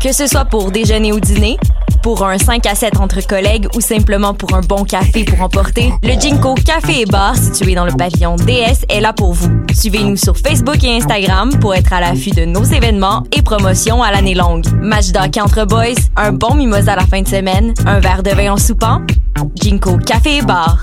Que ce soit pour déjeuner ou dîner, pour un 5 à 7 entre collègues ou simplement pour un bon café pour emporter, le Ginko Café et Bar situé dans le pavillon DS est là pour vous. Suivez-nous sur Facebook et Instagram pour être à l'affût de nos événements et promotions à l'année longue. Match d'hockey entre boys, un bon mimosa à la fin de semaine, un verre de vin en soupant. Ginko Café et Bar.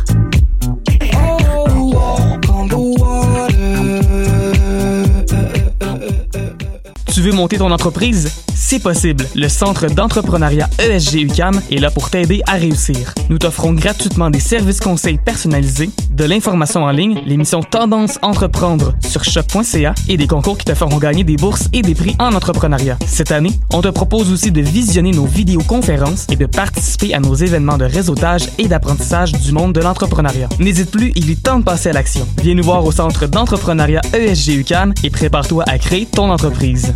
Tu veux monter ton entreprise? C'est possible. Le Centre d'entrepreneuriat ESG-UQAM est là pour t'aider à réussir. Nous t'offrons gratuitement des services conseils personnalisés, de l'information en ligne, l'émission Tendance Entreprendre sur choc.ca et des concours qui te feront gagner des bourses et des prix en entrepreneuriat. Cette année, on te propose aussi de visionner nos vidéoconférences et de participer à nos événements de réseautage et d'apprentissage du monde de l'entrepreneuriat. N'hésite plus, il est temps de passer à l'action. Viens nous voir au Centre d'entrepreneuriat ESG-UQAM et prépare-toi à créer ton entreprise.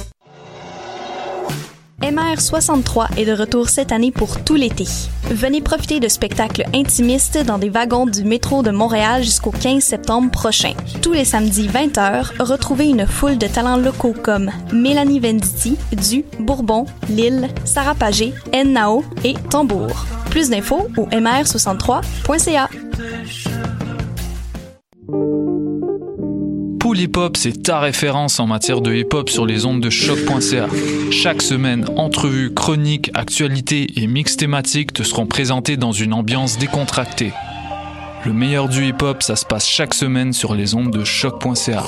MR63 est de retour cette année pour tout l'été. Venez profiter de spectacles intimistes dans des wagons du métro de Montréal jusqu'au 15 septembre prochain. Tous les samedis 20h, retrouvez une foule de talents locaux comme Mélanie Venditti, Du, Bourbon, Lille, Sarah Pagé, Nao et Tambour. Plus d'infos au mr63.ca. Pool Hip Hop, c'est ta référence en matière de hip-hop sur les ondes de choc.ca. Chaque semaine, entrevues, chroniques, actualités et mix thématiques te seront présentés dans une ambiance décontractée. Le meilleur du hip-hop, ça se passe chaque semaine sur les ondes de choc.ca.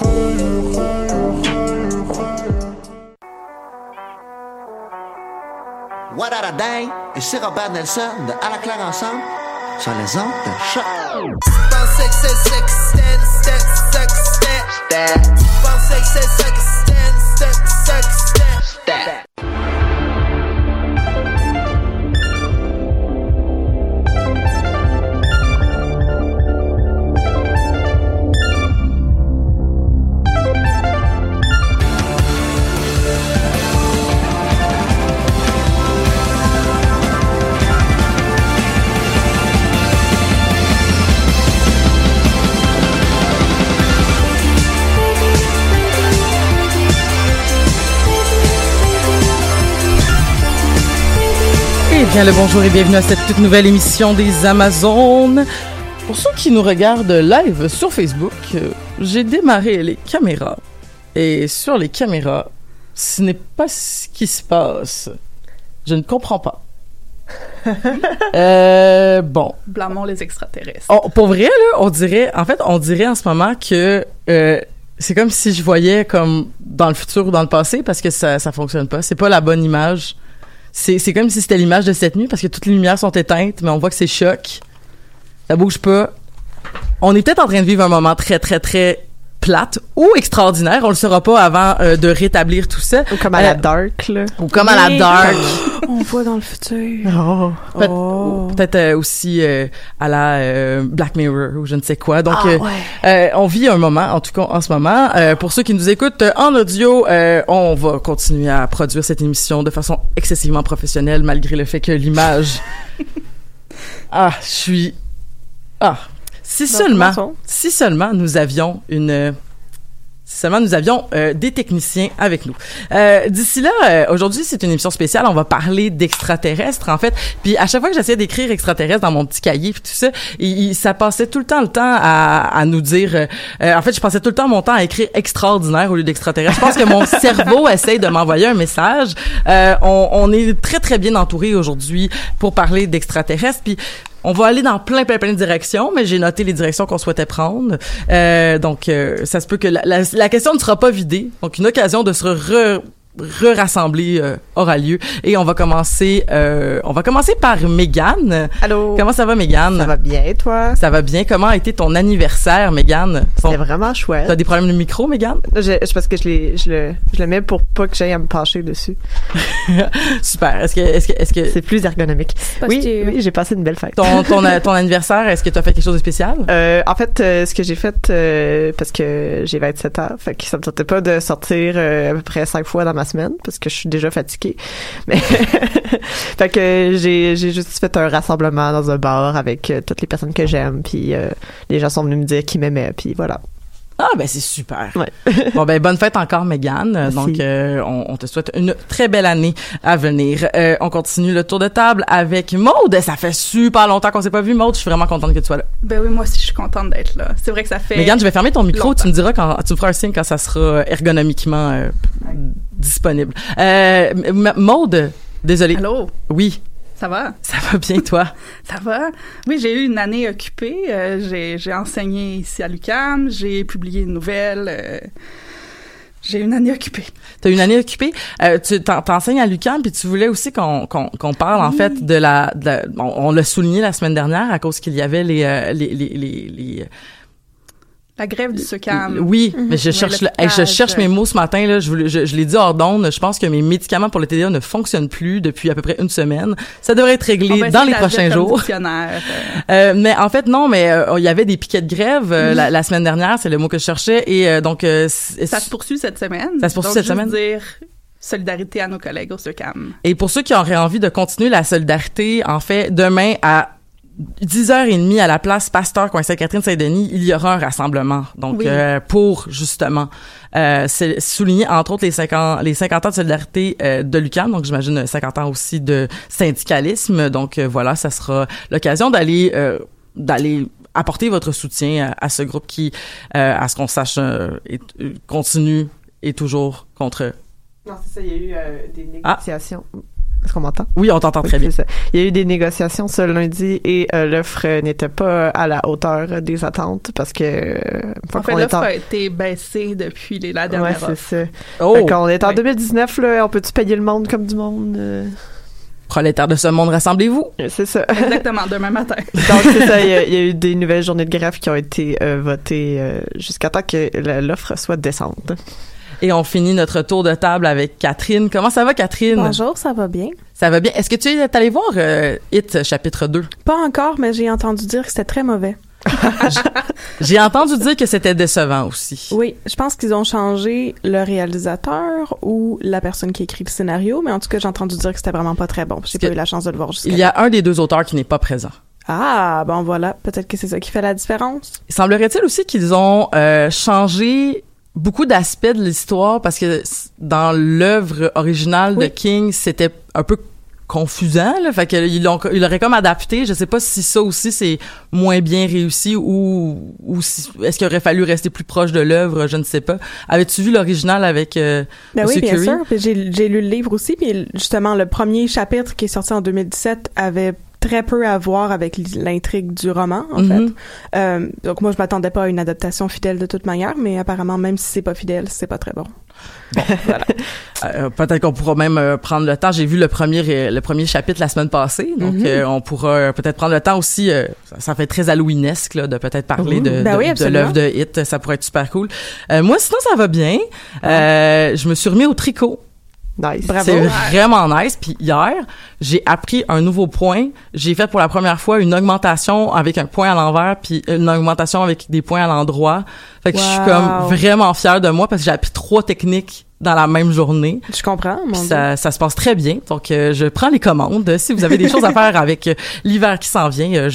What a dang, ici Robert Nelson de À la claire ensemble sur les ondes de choc. Bien le bonjour et bienvenue à cette toute nouvelle émission des Amazones. Pour ceux qui nous regardent live sur Facebook, j'ai démarré les caméras. Et sur les caméras, ce n'est pas ce qui se passe. Je ne comprends pas. Bon. Blâmons les extraterrestres. Pour vrai, là, on dirait en ce moment que c'est comme si je voyais comme dans le futur ou dans le passé parce que ça fonctionne pas. C'est pas la bonne image. C'est comme si c'était l'image de cette nuit parce que toutes les lumières sont éteintes, mais on voit que c'est choc. Ça bouge pas. On est peut-être en train de vivre un moment très, très, très plate ou extraordinaire. On le saura pas avant de rétablir tout ça. Ou comme à la Dark, là. Ou comme à la Dark. On voit dans le futur. Peut-être aussi à la Black Mirror ou je ne sais quoi. Donc, on vit un moment, en tout cas en ce moment. Pour ceux qui nous écoutent en audio, on va continuer à produire cette émission de façon excessivement professionnelle malgré le fait que l'image... Si seulement nous avions des techniciens avec nous. D'ici là, aujourd'hui, c'est une émission spéciale. On va parler d'extraterrestres, en fait. Puis à chaque fois que j'essayais d'écrire extraterrestre dans mon petit cahier, puis tout ça, ça passait tout le temps à nous dire... en fait, je passais tout le temps mon temps à écrire extraordinaire au lieu d'extraterrestre. Je pense que mon cerveau essaye de m'envoyer un message. On est très, très bien entouré aujourd'hui pour parler d'extraterrestres. Puis on va aller dans plein de directions, mais j'ai noté les directions qu'on souhaitait prendre. Donc, ça se peut que la question ne sera pas vidée. Donc, une occasion de se rassembler aura lieu. Et on va commencer par Mégane. Allô. Comment ça va, Mégane? Ça va bien, toi? Ça va bien. Comment a été ton anniversaire, Mégane? C'était vraiment chouette. T'as des problèmes de micro, Mégane? C'est parce que je le mets pour pas que j'aille à me pencher dessus. Super. Est-ce que c'est plus ergonomique? Oui, j'ai passé une belle fête. Ton anniversaire, est-ce que tu as fait quelque chose de spécial? En fait, ce que j'ai fait, parce que j'ai 27 ans, fait que ça me tentait pas de sortir à peu près 5 fois dans ma semaine parce que je suis déjà fatiguée. Mais fait que j'ai juste fait un rassemblement dans un bar avec toutes les personnes que j'aime, puis les gens sont venus me dire qu'ils m'aimaient, puis voilà. Ah, ben c'est super. Ouais. Bon, ben bonne fête encore, Mégane. Donc, on te souhaite une très belle année à venir. On continue le tour de table avec Maude. Ça fait super longtemps qu'on s'est pas vu, Maude. Je suis vraiment contente que tu sois là. Ben oui, moi aussi, je suis contente d'être là. C'est vrai que ça fait... Mégane, je vais fermer ton micro. longtemps. Tu me diras tu me feras un signe quand ça sera ergonomiquement disponible. Maude, désolée. Allô? Oui. Ça va? Ça va bien, toi? Ça va? Oui, j'ai eu une année occupée. J'ai enseigné ici à l'UQAM. J'ai publié une nouvelle. J'ai une année occupée. T'as une année occupée. Tu t'enseignes à l'UQAM, puis tu voulais aussi qu'on parle en fait de on l'a souligné la semaine dernière à cause qu'il y avait les La grève du SOCAM. Oui, mais je cherche mes mots ce matin là. Je l'ai dit hors d'onde. Je pense que mes médicaments pour le TDA ne fonctionnent plus depuis à peu près une semaine. Ça devrait être réglé dans les prochains jours. Mais en fait non, mais il y avait des piquets de grève la semaine dernière. C'est le mot que je cherchais et donc ça se poursuit cette semaine. Ça se poursuit cette semaine. Dire solidarité à nos collègues au SOCAM. Et pour ceux qui auraient envie de continuer la solidarité, en fait, demain à 10h30 à la place Pasteur, coin Sainte-Catherine-Saint-Denis, il y aura un rassemblement. Donc, pour, justement, souligner, entre autres, les 50 ans de solidarité de l'UQAM. Donc, j'imagine 50 ans aussi de syndicalisme. Donc, voilà, ça sera l'occasion d'aller apporter votre soutien à ce groupe qui, à ce qu'on sache, continue et toujours contre... Non, c'est ça, il y a eu des négociations... Est-ce qu'on m'entend? Oui, on t'entend très bien. Ça. Il y a eu des négociations ce lundi et l'offre n'était pas à la hauteur des attentes parce que... en fait, l'offre a été baissée depuis la dernière offre. Ouais, c'est ça. Oh! Fait qu'on est en 2019, là, on peut-tu payer le monde comme du monde? Prolétaires de ce monde, rassemblez-vous! C'est ça. Exactement, demain matin. Donc, c'est ça, il y a eu des nouvelles journées de grève qui ont été votées jusqu'à temps que l'offre soit descente. Et on finit notre tour de table avec Catherine. Comment ça va, Catherine? Bonjour, ça va bien. Ça va bien. Est-ce que tu es allée voir Hit chapitre 2? Pas encore, mais j'ai entendu dire que c'était très mauvais. J'ai entendu dire que c'était décevant aussi. Oui, je pense qu'ils ont changé le réalisateur ou la personne qui écrit le scénario, mais en tout cas, j'ai entendu dire que c'était vraiment pas très bon. J'ai pas eu la chance de le voir jusqu'à Il y a un des deux auteurs qui n'est pas présent. Ah, bon voilà, peut-être que c'est ça qui fait la différence. Semblerait-il aussi qu'ils ont changé beaucoup d'aspects de l'histoire parce que dans l'œuvre originale de King, c'était un peu confusant, là. Fait que ils l'auraient comme adapté. Je sais pas si ça aussi c'est moins bien réussi ou si, est-ce qu'il aurait fallu rester plus proche de l'œuvre, je ne sais pas. Avais-tu vu l'original avec Ben oui, bien Curie? sûr. Puis j'ai lu le livre aussi, puis justement le premier chapitre qui est sorti en 2017 avait très peu à voir avec l'intrigue du roman, en fait. Donc moi, je m'attendais pas à une adaptation fidèle de toute manière, mais apparemment, même si c'est pas fidèle, c'est pas très bon. Bon, voilà. Peut-être qu'on pourra même prendre le temps. J'ai vu le premier chapitre la semaine passée, donc on pourra peut-être prendre le temps aussi. Ça fait très halloweenesque là, de peut-être parler de l'œuvre de Hit. Ça pourrait être super cool. Moi, sinon, ça va bien. Je me suis remis au tricot. Nice. Bravo. C'est vraiment nice. Puis hier, j'ai appris un nouveau point. J'ai fait pour la première fois une augmentation avec un point à l'envers puis une augmentation avec des points à l'endroit. Fait que je suis comme vraiment fière de moi parce que j'ai appris 3 techniques dans la même journée. Je comprends, mon Dieu. Ça se passe très bien. Donc, je prends les commandes. Si vous avez des choses à faire avec l'hiver qui s'en vient,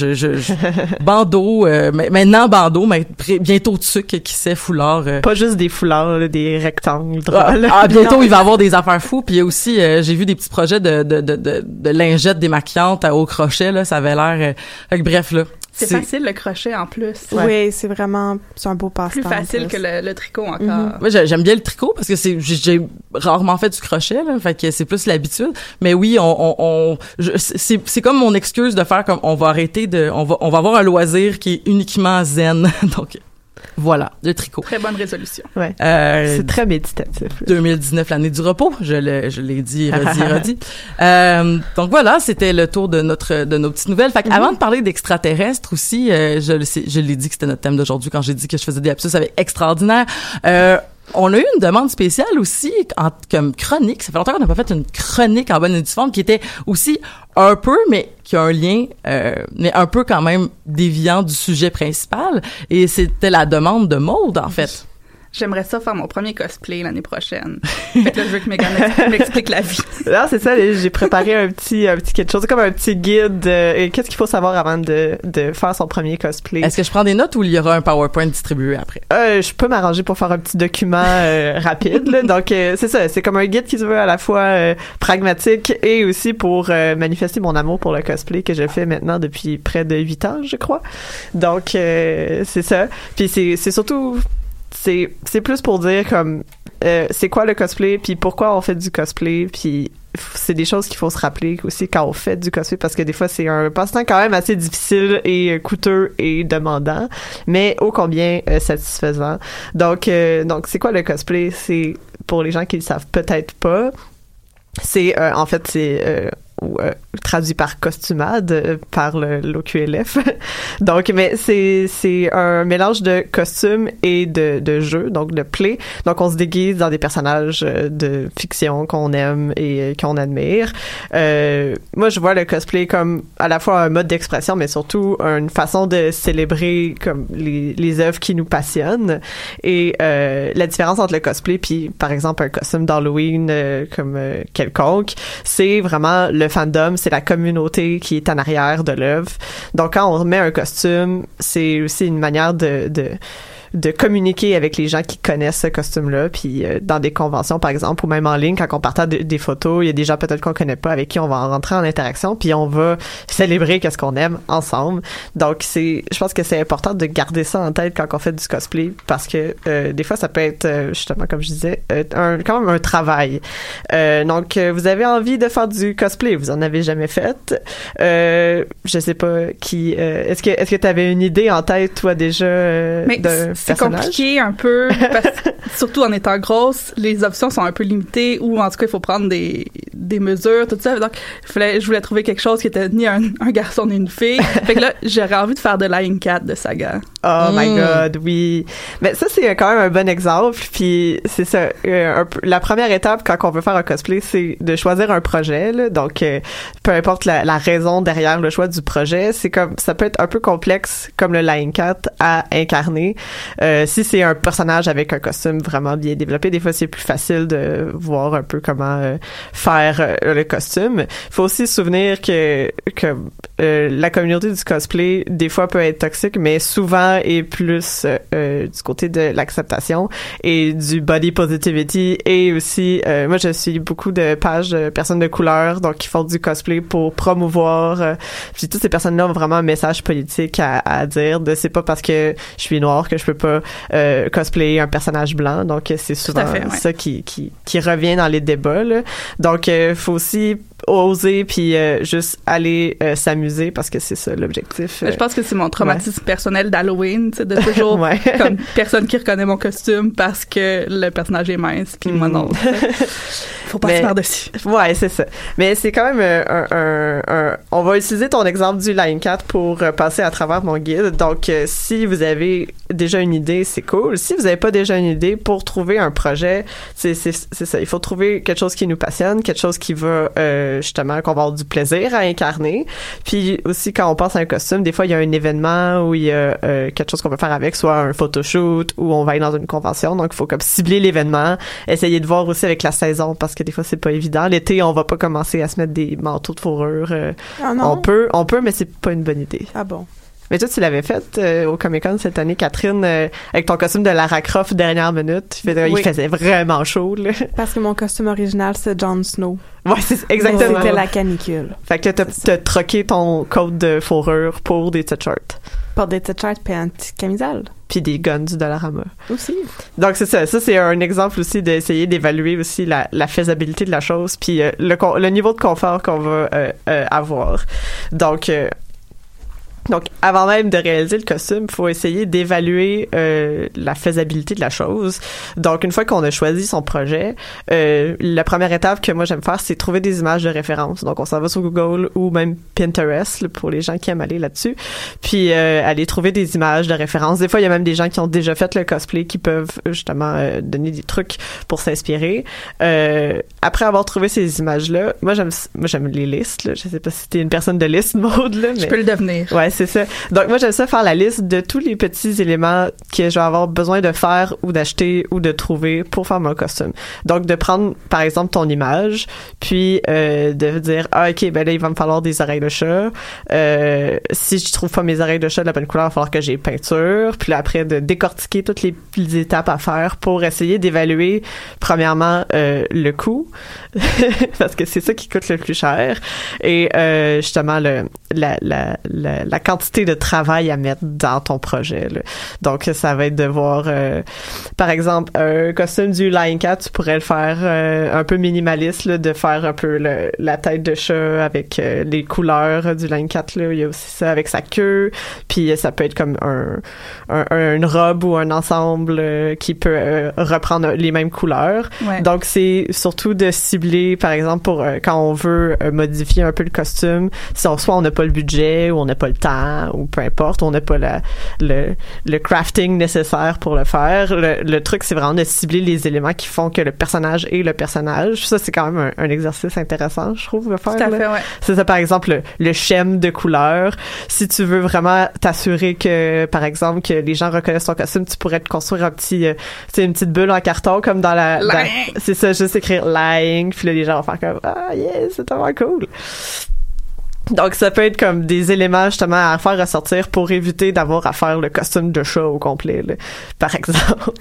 bandeau, maintenant bandeau, mais bientôt tuque, qui sait, foulard. Pas juste des foulards, là, des rectangles. Bientôt, il va y avoir des affaires fous. Puis il y a aussi, j'ai vu des petits projets de lingettes démaquillantes au crochet, là. Ça avait l'air... bref, là. C'est facile le crochet en plus. Oui, c'est un beau passe-temps. Plus facile que le tricot encore. Moi, j'aime bien le tricot parce que j'ai rarement fait du crochet, là, fait que c'est plus l'habitude. Mais oui, c'est comme mon excuse de faire comme on va avoir un loisir qui est uniquement zen. Donc voilà, le tricot. Très bonne résolution. Ouais. C'est très méditatif. 2019, l'année du repos. Je l'ai dit, redit. Donc voilà, c'était le tour de nos petites nouvelles. Fait avant de parler d'extraterrestres aussi, je l'ai dit que c'était notre thème d'aujourd'hui quand j'ai dit que je faisais des lapsus avec extraordinaire. On a eu une demande spéciale aussi comme chronique. Ça fait longtemps qu'on n'a pas fait une chronique en bonne et due forme qui était aussi un peu, mais qui a un lien, mais un peu quand même déviant du sujet principal. Et c'était la demande de Maude, en fait. j'aimerais ça faire mon premier cosplay l'année prochaine. Fait que là, je veux que Megan m'explique la vie. Non, c'est ça, j'ai préparé un petit quelque chose, comme un petit guide. Qu'est-ce qu'il faut savoir avant de faire son premier cosplay? Est-ce que je prends des notes ou il y aura un PowerPoint distribué après? Je peux m'arranger pour faire un petit document rapide, là. Donc, c'est ça, c'est comme un guide qui se veut à la fois pragmatique et aussi pour manifester mon amour pour le cosplay que je fais maintenant depuis près de 8 ans, je crois. Donc, c'est ça. Puis c'est surtout... C'est plus pour dire comme c'est quoi le cosplay, puis pourquoi on fait du cosplay, puis c'est des choses qu'il faut se rappeler aussi quand on fait du cosplay, parce que des fois c'est un passe-temps quand même assez difficile et coûteux et demandant, mais ô combien satisfaisant. Donc c'est quoi le cosplay? C'est, pour les gens qui le savent peut-être pas, c'est en fait c'est traduit par costumade par l'OQLF. Donc, mais c'est un mélange de costumes et de jeux, donc de play. Donc, on se déguise dans des personnages de fiction qu'on aime et qu'on admire. Moi, je vois le cosplay comme à la fois un mode d'expression, mais surtout une façon de célébrer comme les œuvres qui nous passionnent. Et la différence entre le cosplay puis, par exemple, un costume d'Halloween comme quelconque, c'est vraiment le fandom, c'est la communauté qui est en arrière de l'œuvre. Donc, quand on remet un costume, c'est aussi une manière de communiquer avec les gens qui connaissent ce costume-là, puis dans des conventions, par exemple, ou même en ligne, quand on partage des photos, il y a des gens peut-être qu'on connaît pas, avec qui on va rentrer en interaction, puis on va célébrer qu'est-ce qu'on aime ensemble. Donc, je pense que c'est important de garder ça en tête quand on fait du cosplay, parce que des fois, ça peut être, justement, comme je disais, quand même un travail. Donc, vous avez envie de faire du cosplay, vous en avez jamais fait. Je sais pas qui... est-ce que tu avais une idée en tête, toi, déjà, c'est compliqué un peu, surtout en étant grosse, les options sont un peu limitées, ou en tout cas, il faut prendre des mesures, tout ça. Donc, je voulais trouver quelque chose qui était ni un garçon ni une fille. Fait que là, j'aurais envie de faire de Lion Cat de Saga. Oh my God, oui. Mais ça, c'est quand même un bon exemple. Puis c'est ça, la première étape quand on veut faire un cosplay, c'est de choisir un projet, là. Donc, peu importe la raison derrière le choix du projet, c'est comme, ça peut être un peu complexe comme le Lion Cat à incarner. Si c'est un personnage avec un costume vraiment bien développé, des fois c'est plus facile de voir un peu comment faire le costume. Il faut aussi se souvenir que la communauté du cosplay des fois peut être toxique, mais souvent est plus du côté de l'acceptation et du body positivity, et aussi moi je suis beaucoup de pages de personnes de couleur, donc qui font du cosplay pour promouvoir puis toutes ces personnes-là ont vraiment un message politique à dire de c'est pas parce que je suis noire que je peux pas cosplayer un personnage blanc. Donc c'est souvent ça qui revient dans les débats, là. Donc faut aussi oser puis juste aller s'amuser, parce que c'est ça l'objectif. Je pense que c'est mon traumatisme personnel d'Halloween, de toujours comme personne qui reconnaît mon costume parce que le personnage est mince, puis moi non. Faut passer par-dessus. Ouais, c'est ça. Mais c'est quand même on va utiliser ton exemple du Lion Cat pour passer à travers mon guide. Donc si vous avez déjà une idée, c'est cool. Si vous n'avez pas déjà une idée, pour trouver un projet, c'est ça. Il faut trouver quelque chose qui nous passionne, quelque chose qui va justement qu'on va avoir du plaisir à incarner. Puis aussi, quand on pense à un costume, des fois il y a un événement où il y a quelque chose qu'on peut faire avec, soit un photoshoot ou on va aller dans une convention. Donc il faut comme cibler l'événement, essayer de voir aussi avec la saison, parce que des fois c'est pas évident. L'été, on va pas commencer à se mettre des manteaux de fourrure. On peut, mais c'est pas une bonne idée. Ah bon? Mais toi, tu l'avais fait au Comic-Con cette année, Catherine, avec ton costume de Lara Croft dernière minute. Il faisait vraiment chaud, là. Parce que mon costume original, c'est Jon Snow. Ouais, c'est exactement. C'était la canicule. Fait que t'as troqué ton coat de fourrure pour des t-shirts. Pour des t-shirts puis un petit camisole. Puis des guns du Dollarama. Aussi. Donc c'est ça. Ça, c'est un exemple aussi d'essayer d'évaluer aussi la faisabilité de la chose, puis le niveau de confort qu'on va avoir. Donc, avant même de réaliser le costume, il faut essayer d'évaluer la faisabilité de la chose. Donc, une fois qu'on a choisi son projet, la première étape que moi j'aime faire, c'est trouver des images de référence. Donc, on s'en va sur Google ou même Pinterest, là, pour les gens qui aiment aller là-dessus. Puis, aller trouver des images de référence. Des fois, il y a même des gens qui ont déjà fait le cosplay qui peuvent justement donner des trucs pour s'inspirer. Après avoir trouvé ces images-là, moi j'aime les listes, là. Je sais pas si t'es une personne de liste, Maud, là, mais... Je peux le devenir. Ouais, c'est ça. Donc moi j'aime ça faire la liste de tous les petits éléments que je vais avoir besoin de faire ou d'acheter ou de trouver pour faire mon costume. Donc de prendre par exemple ton image, puis de dire ok, ben là il va me falloir des oreilles de chat. Si je trouve pas mes oreilles de chat de la bonne couleur, il va falloir que j'ai peinture. Puis là après de décortiquer toutes les étapes à faire pour essayer d'évaluer premièrement le coût parce que c'est ça qui coûte le plus cher et justement la quantité de travail à mettre dans ton projet là. Donc ça va être de voir par exemple un costume du Lion Cat, tu pourrais le faire un peu minimaliste là, de faire un peu la tête de chat avec les couleurs du Lion Cat là. Il y a aussi ça avec sa queue, puis ça peut être comme une robe ou un ensemble qui peut reprendre les mêmes couleurs. Ouais. Donc c'est surtout de cibler par exemple pour quand on veut modifier un peu le costume, si soit on n'a pas le budget ou on n'a pas le temps ou peu importe, on n'a pas le crafting nécessaire pour le faire. Le truc c'est vraiment de cibler les éléments qui font que le personnage est le personnage. Ça c'est quand même un exercice intéressant, je trouve, de faire. Tout à fait, ouais. C'est ça, par exemple le schème de couleur. Si tu veux vraiment t'assurer que par exemple que les gens reconnaissent ton costume, tu pourrais te construire un petit une petite bulle en carton comme dans c'est ça, juste écrire lying, puis là les gens vont faire comme yeah, c'est tellement cool. Donc ça peut être comme des éléments justement à faire ressortir pour éviter d'avoir à faire le costume de chat au complet là, par exemple.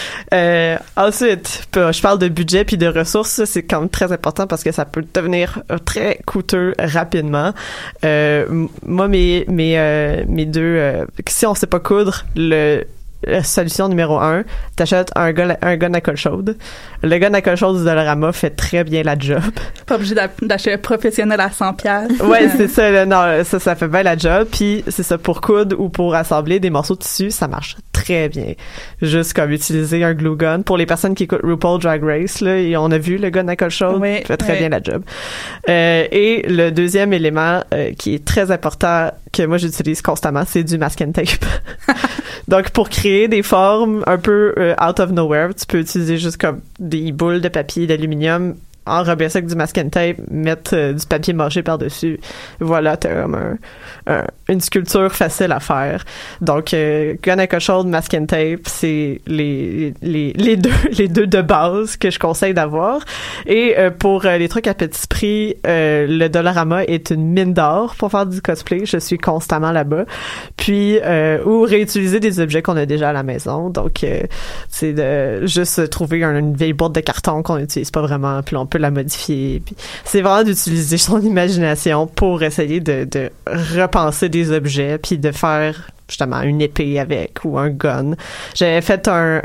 Ensuite, je parle de budget puis de ressources, ça, c'est quand même très important parce que ça peut devenir très coûteux rapidement. Moi mes deux si on sait pas coudre, la solution numéro 1, t'achètes un gun à colle chaude. Le gun à colle chaude du Dollarama fait très bien la job. Pas obligé d'acheter un professionnel à 100$. Ouais, c'est ça. Là, non, ça fait bien la job. Puis c'est ça, pour coudre ou pour assembler des morceaux de tissu, ça marche très bien. Juste comme utiliser un glue gun. Pour les personnes qui écoutent RuPaul Drag Race, là, et on a vu le gun à colle chaude, fait très bien la job. Et le deuxième élément qui est très important que moi j'utilise constamment, c'est du masking tape. Donc pour créer des formes un peu out of nowhere, tu peux utiliser juste comme des boules de papier d'aluminium, enrober ça avec du masking tape, mettre du papier mâché par-dessus. Voilà, t'as comme une sculpture facile à faire. Donc, gun à colle chaude, masking tape, c'est les deux de base que je conseille d'avoir. Et pour les trucs à petit prix, le Dollarama est une mine d'or pour faire du cosplay. Je suis constamment là-bas. Puis, ou réutiliser des objets qu'on a déjà à la maison. Donc, c'est de juste trouver une vieille boîte de carton qu'on n'utilise pas vraiment, puis on peut la modifier. Puis c'est vraiment d'utiliser son imagination pour essayer de repenser des objets, puis de faire justement une épée avec ou un gun. J'avais fait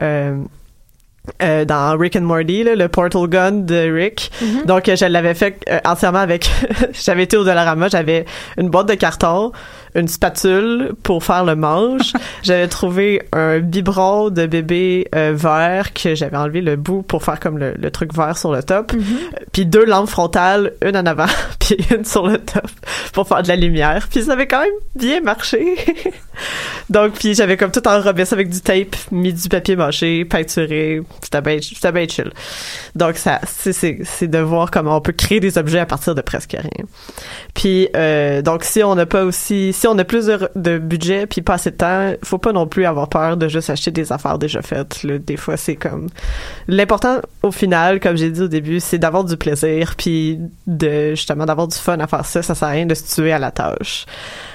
dans Rick and Morty, là, le portal gun de Rick. Mm-hmm. Donc, je l'avais fait entièrement avec... J'avais été au Dollarama, j'avais une boîte de carton, une spatule pour faire le manche. J'avais trouvé un biberon de bébé vert que j'avais enlevé le bout pour faire comme le truc vert sur le top. Mm-hmm. Puis 2 lampes frontales, une en avant puis une sur le top pour faire de la lumière. Puis ça avait quand même bien marché. Donc, puis j'avais comme tout enrobé ça avec du tape, mis du papier mâché, peinturé. C'était bien chill. Donc, ça, c'est de voir comment on peut créer des objets à partir de presque rien. Puis, donc, si on n'a plus de budget puis pas assez de temps, faut pas non plus avoir peur de juste acheter des affaires déjà faites. Là. Des fois, c'est comme... L'important, au final, comme j'ai dit au début, c'est d'avoir du plaisir puis justement d'avoir du fun à faire ça. Ça sert à rien de se tuer à la tâche.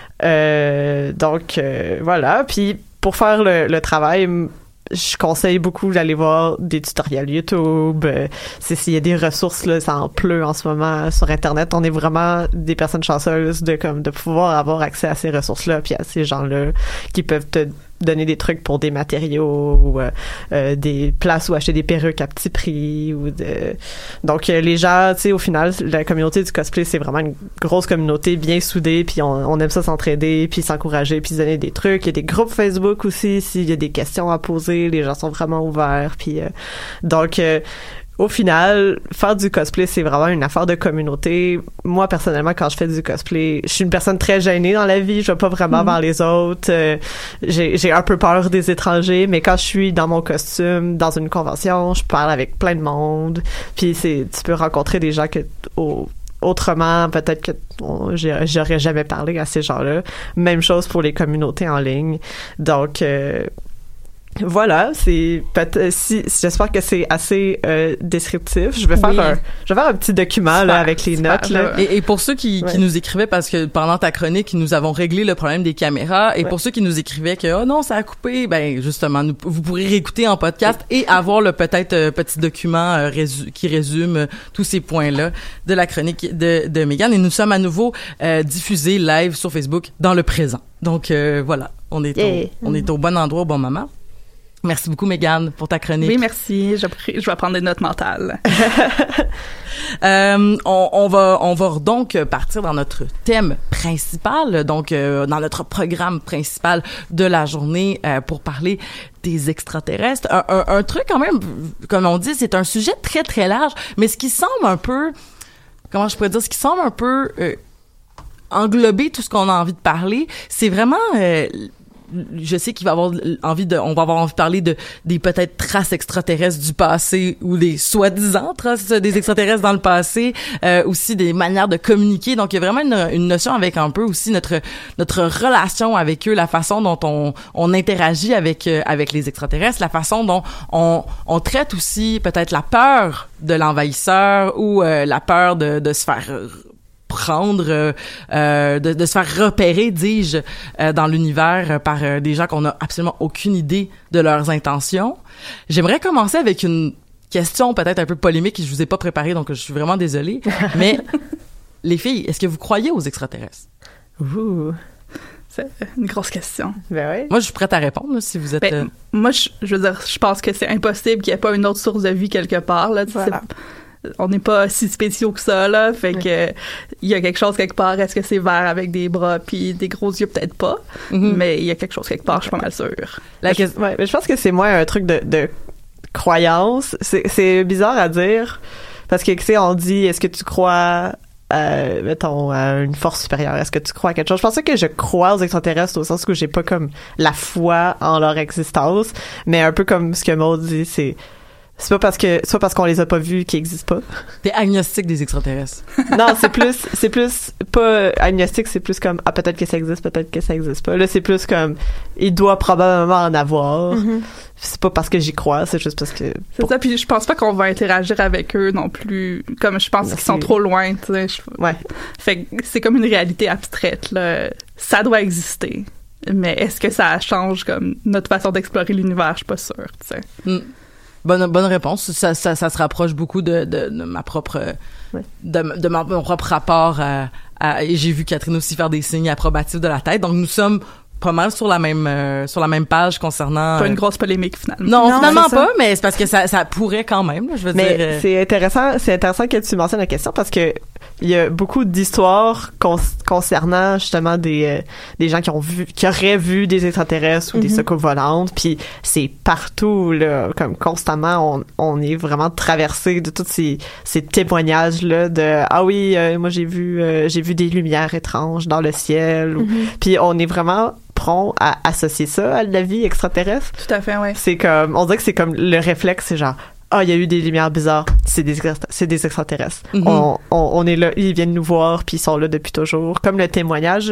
Donc, voilà. Puis, pour faire le travail... Je conseille beaucoup d'aller voir des tutoriels YouTube. S'il y a des ressources, là, ça en pleut en ce moment sur Internet. On est vraiment des personnes chanceuses de pouvoir avoir accès à ces ressources-là puis à ces gens-là qui peuvent te donner des trucs pour des matériaux ou des places où acheter des perruques à petit prix donc les gens, tu sais, au final la communauté du cosplay, c'est vraiment une grosse communauté bien soudée, puis on aime ça s'entraider puis s'encourager puis se donner des trucs. Il y a des groupes Facebook aussi, s'il y a des questions à poser, les gens sont vraiment ouverts, puis donc au final, faire du cosplay, c'est vraiment une affaire de communauté. Moi, personnellement, quand je fais du cosplay, je suis une personne très gênée dans la vie. Je vais pas vraiment vers les autres. J'ai un peu peur des étrangers, mais quand je suis dans mon costume, dans une convention, je parle avec plein de monde. Puis tu peux rencontrer des gens que autrement, peut-être que j'aurais jamais parlé à ces gens-là. Même chose pour les communautés en ligne. Donc, voilà, j'espère que c'est assez descriptif. Je vais faire un petit document là avec les notes là. Et pour ceux qui nous écrivaient, parce que pendant ta chronique nous avons réglé le problème des caméras, et pour ceux qui nous écrivaient que oh non ça a coupé, ben justement vous pourrez réécouter en podcast et avoir le peut-être petit document qui résume tous ces points là de la chronique de Mégane. Et nous sommes à nouveau diffusés live sur Facebook dans le présent. Donc voilà, on est au bon endroit au bon moment. Merci beaucoup, Mégane, pour ta chronique. Oui, merci. Je vais prendre des notes mentales. On va donc partir dans notre thème principal, donc dans notre programme principal de la journée pour parler des extraterrestres. Un truc quand même, comme on dit, c'est un sujet très, très large, mais ce qui semble un peu, englober tout ce qu'on a envie de parler, c'est vraiment... je sais qu'il va avoir on va avoir envie de parler des peut-être traces extraterrestres du passé ou des soi-disant traces des extraterrestres dans le passé, aussi des manières de communiquer. Donc il y a vraiment une notion avec un peu aussi notre relation avec eux, la façon dont on interagit avec les extraterrestres, la façon dont on traite aussi peut-être la peur de l'envahisseur ou la peur de se faire prendre, de se faire repérer, dis-je, dans l'univers par des gens qu'on n'a absolument aucune idée de leurs intentions. J'aimerais commencer avec une question peut-être un peu polémique, et je vous ai pas préparée, donc je suis vraiment désolée. Mais les filles, est-ce que vous croyez aux extraterrestres? Ouh, c'est une grosse question. Ben oui. Moi, je suis prête à répondre là, si vous êtes. Moi, je veux dire, je pense que c'est impossible qu'il n'y ait pas une autre source de vie quelque part là. Voilà. On n'est pas si spéciaux que ça, là. Fait que, il y a quelque chose quelque part. Est-ce que c'est vert avec des bras puis des gros yeux? Peut-être pas. Mm-hmm. Mais il y a quelque chose quelque part, je suis pas mal sûre. Mais je pense que c'est moins un truc de croyance. C'est bizarre à dire. Parce que, tu sais, on dit, est-ce que tu crois, mettons, à une force supérieure? Est-ce que tu crois à quelque chose? Je pensais que je crois aux extraterrestres au sens où j'ai pas comme la foi en leur existence. Mais un peu comme ce que Maud dit, c'est pas parce qu'on les a pas vus qu'ils existent pas. T'es agnostique des extraterrestres. Non, c'est plus pas agnostique, c'est plus comme peut-être que ça existe, peut-être que ça existe pas. Là, c'est plus comme il doit probablement en avoir. Mm-hmm. C'est pas parce que j'y crois, c'est juste parce que c'est ça. Puis je pense pas qu'on va interagir avec eux non plus. Comme je pense qu'ils sont trop loin, tu sais. Ouais. Fait que c'est comme une réalité abstraite là. Ça doit exister. Mais est-ce que ça change comme notre façon d'explorer l'univers? Je suis pas sûre, tu sais. Mm. Bonne réponse. Ça se rapproche beaucoup de ma propre de mon propre rapport à et j'ai vu Catherine aussi faire des signes approbatifs de la tête. Donc nous sommes pas mal sur la même page concernant pas une grosse polémique finalement. Non, finalement pas, mais c'est parce que ça pourrait quand même, je veux dire. C'est intéressant que tu mentionnes la question parce que il y a beaucoup d'histoires concernant justement des gens qui auraient vu des extraterrestres ou des soucoupes volantes, puis c'est partout là, comme constamment on est vraiment traversé de tous ces témoignages là de ah oui moi j'ai vu des lumières étranges dans le ciel, puis on est vraiment prompt à associer ça à la vie extraterrestre. Tout à fait, ouais. C'est comme on dirait que c'est comme le réflexe, c'est genre il y a eu des lumières bizarres, c'est des extraterrestres. Mm-hmm. On est là, ils viennent nous voir, puis ils sont là depuis toujours. Comme le témoignage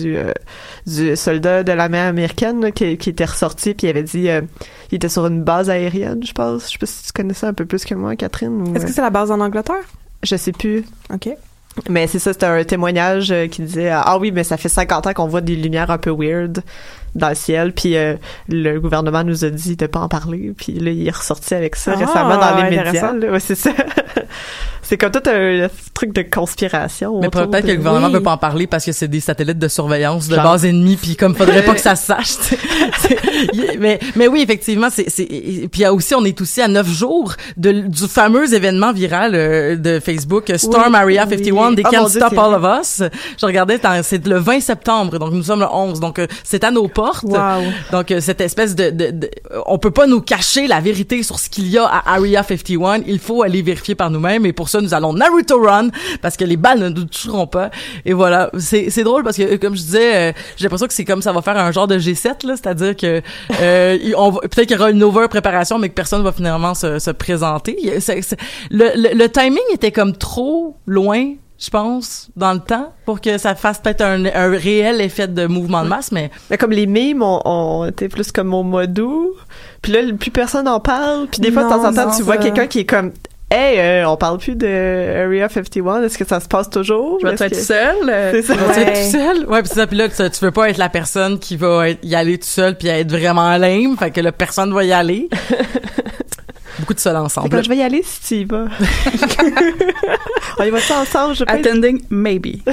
du soldat de l'armée américaine là, qui était ressorti, puis il avait dit il était sur une base aérienne, je pense. Je sais pas si tu connais ça un peu plus que moi, Catherine. Est-ce que c'est la base en Angleterre? Je sais plus. OK. Mais c'est ça, c'était un témoignage qui disait ah oui, mais ça fait 50 ans qu'on voit des lumières un peu weird dans le ciel, puis le gouvernement nous a dit de pas en parler, puis là il est ressorti avec ça récemment dans les médias. Là. Ouais, c'est ça. C'est comme tout un truc de conspiration. Mais peut-être que le gouvernement veut pas en parler parce que c'est des satellites de surveillance de base ennemie, puis comme faudrait pas que ça se sache. Mais oui, effectivement, puis aussi on est aussi à 9 jours du fameux événement viral de Facebook Storm Area 51 des Can't Stop All of Us. Je regardais, c'est le 20 septembre, donc nous sommes le 11, donc c'est à nos portes. Wow. Donc cette espèce de on peut pas nous cacher la vérité sur ce qu'il y a à Area 51, il faut aller vérifier par nous-mêmes, et pour ça nous allons Naruto Run parce que les balles ne nous tueront pas. Et voilà, c'est drôle parce que comme je disais, j'ai l'impression que c'est comme ça va faire un genre de G7 là, c'est-à-dire que peut-être qu'il y aura une over préparation mais que personne va finalement se présenter. Le timing était comme trop loin je pense, dans le temps, pour que ça fasse peut-être un réel effet de mouvement de masse, mais comme les mimes ont été plus comme au mois d'août, puis là, plus personne en parle, puis des fois, de temps en temps, tu vois quelqu'un qui est comme « Hey, on parle plus de Area 51, est-ce que ça se passe toujours? » Je vais être seul. C'est ça. Tu vas être tout seul? Ouais, pis c'est ça, pis là, tu veux pas être la personne qui va y aller tout seul puis être vraiment lame, fait que là, personne va y aller. Beaucoup de seul ensemble. Quand je vais y aller si tu y vas. On y va ça ensemble, je pense. Attending, maybe.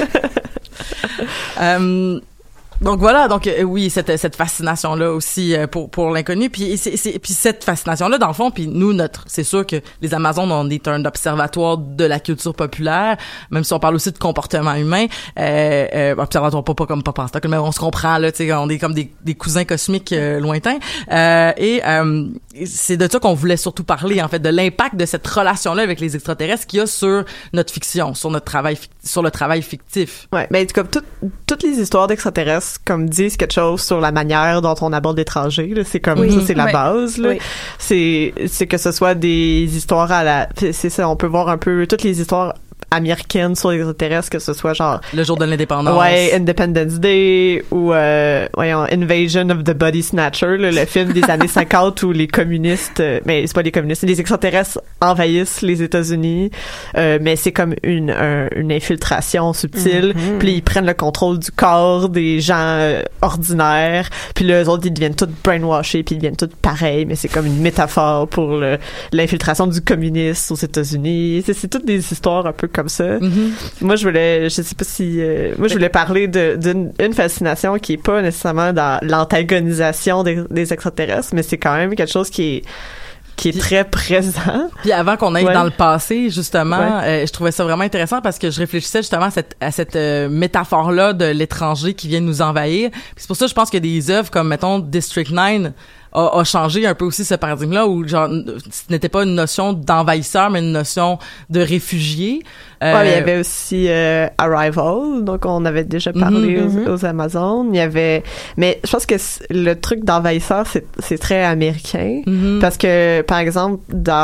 Donc voilà, oui, cette fascination là aussi pour l'inconnu, puis puis cette fascination là dans le fond, puis nous c'est sûr que les Amazones on est un observatoire de la culture populaire, même si on parle aussi de comportement humain, observatoire pas comme Papa en stock, mais on se comprend là, tu sais, on est comme des cousins cosmiques lointains, et c'est de ça qu'on voulait surtout parler en fait, de l'impact de cette relation là avec les extraterrestres qu'il y a sur notre fiction, sur le travail fictif. Ouais, mais comme toutes les histoires d'extraterrestres comme disent quelque chose sur la manière dont on aborde l'étranger, là. C'est comme ça, c'est la base, là. C'est que ce soit des histoires c'est ça, on peut voir un peu toutes les histoires américaine sur les extraterrestres, que ce soit genre le jour de l'indépendance, Independence Day ou Invasion of the Body Snatcher, là, le film des années 50 où les communistes, mais c'est pas les communistes, les extraterrestres envahissent les États-Unis, mais c'est comme une infiltration subtile, puis ils prennent le contrôle du corps des gens ordinaires, puis là, eux autres ils deviennent tous brainwashés, puis ils deviennent tous pareils, mais c'est comme une métaphore pour l'infiltration du communisme aux États-Unis. C'est toutes des histoires un peu comme ça. Moi, je voulais parler d'une fascination qui est pas nécessairement dans l'antagonisation des extraterrestres, mais c'est quand même quelque chose qui est très présent. Puis avant qu'on aille dans le passé, justement, je trouvais ça vraiment intéressant parce que je réfléchissais justement à cette métaphore-là de l'étranger qui vient nous envahir. Puis c'est pour ça que je pense que des œuvres comme, mettons, District 9 a changé un peu aussi ce paradigme-là où genre ce n'était pas une notion d'envahisseur mais une notion de réfugié. Il y avait aussi Arrival, donc on avait déjà parlé aux Amazones. Il y avait, mais je pense que le truc d'envahisseur c'est très américain parce que par exemple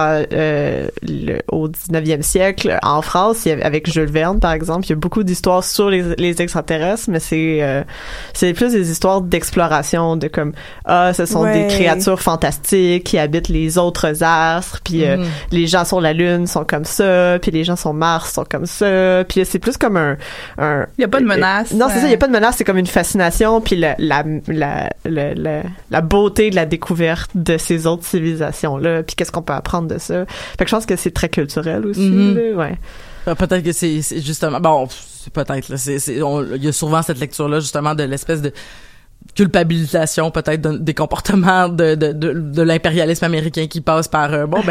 au 19e siècle en France, avec Jules Verne par exemple, il y a beaucoup d'histoires sur les extraterrestres, mais c'est plus des histoires d'exploration, de comme ce sont des créatures fantastiques qui habitent les autres astres, puis les gens sur la Lune sont comme ça, puis les gens sur Mars sont comme ça, puis c'est plus comme un il y a pas de menace. Non, c'est ça, il y a pas de menace, c'est comme une fascination, puis la beauté de la découverte de ces autres civilisations là, puis qu'est-ce qu'on peut apprendre de ça. Fait que je pense que c'est très culturel aussi, là, peut-être que c'est justement bon, c'est peut-être là, il y a souvent cette lecture là justement de l'espèce de culpabilisation peut-être des comportements de l'impérialisme américain qui passe par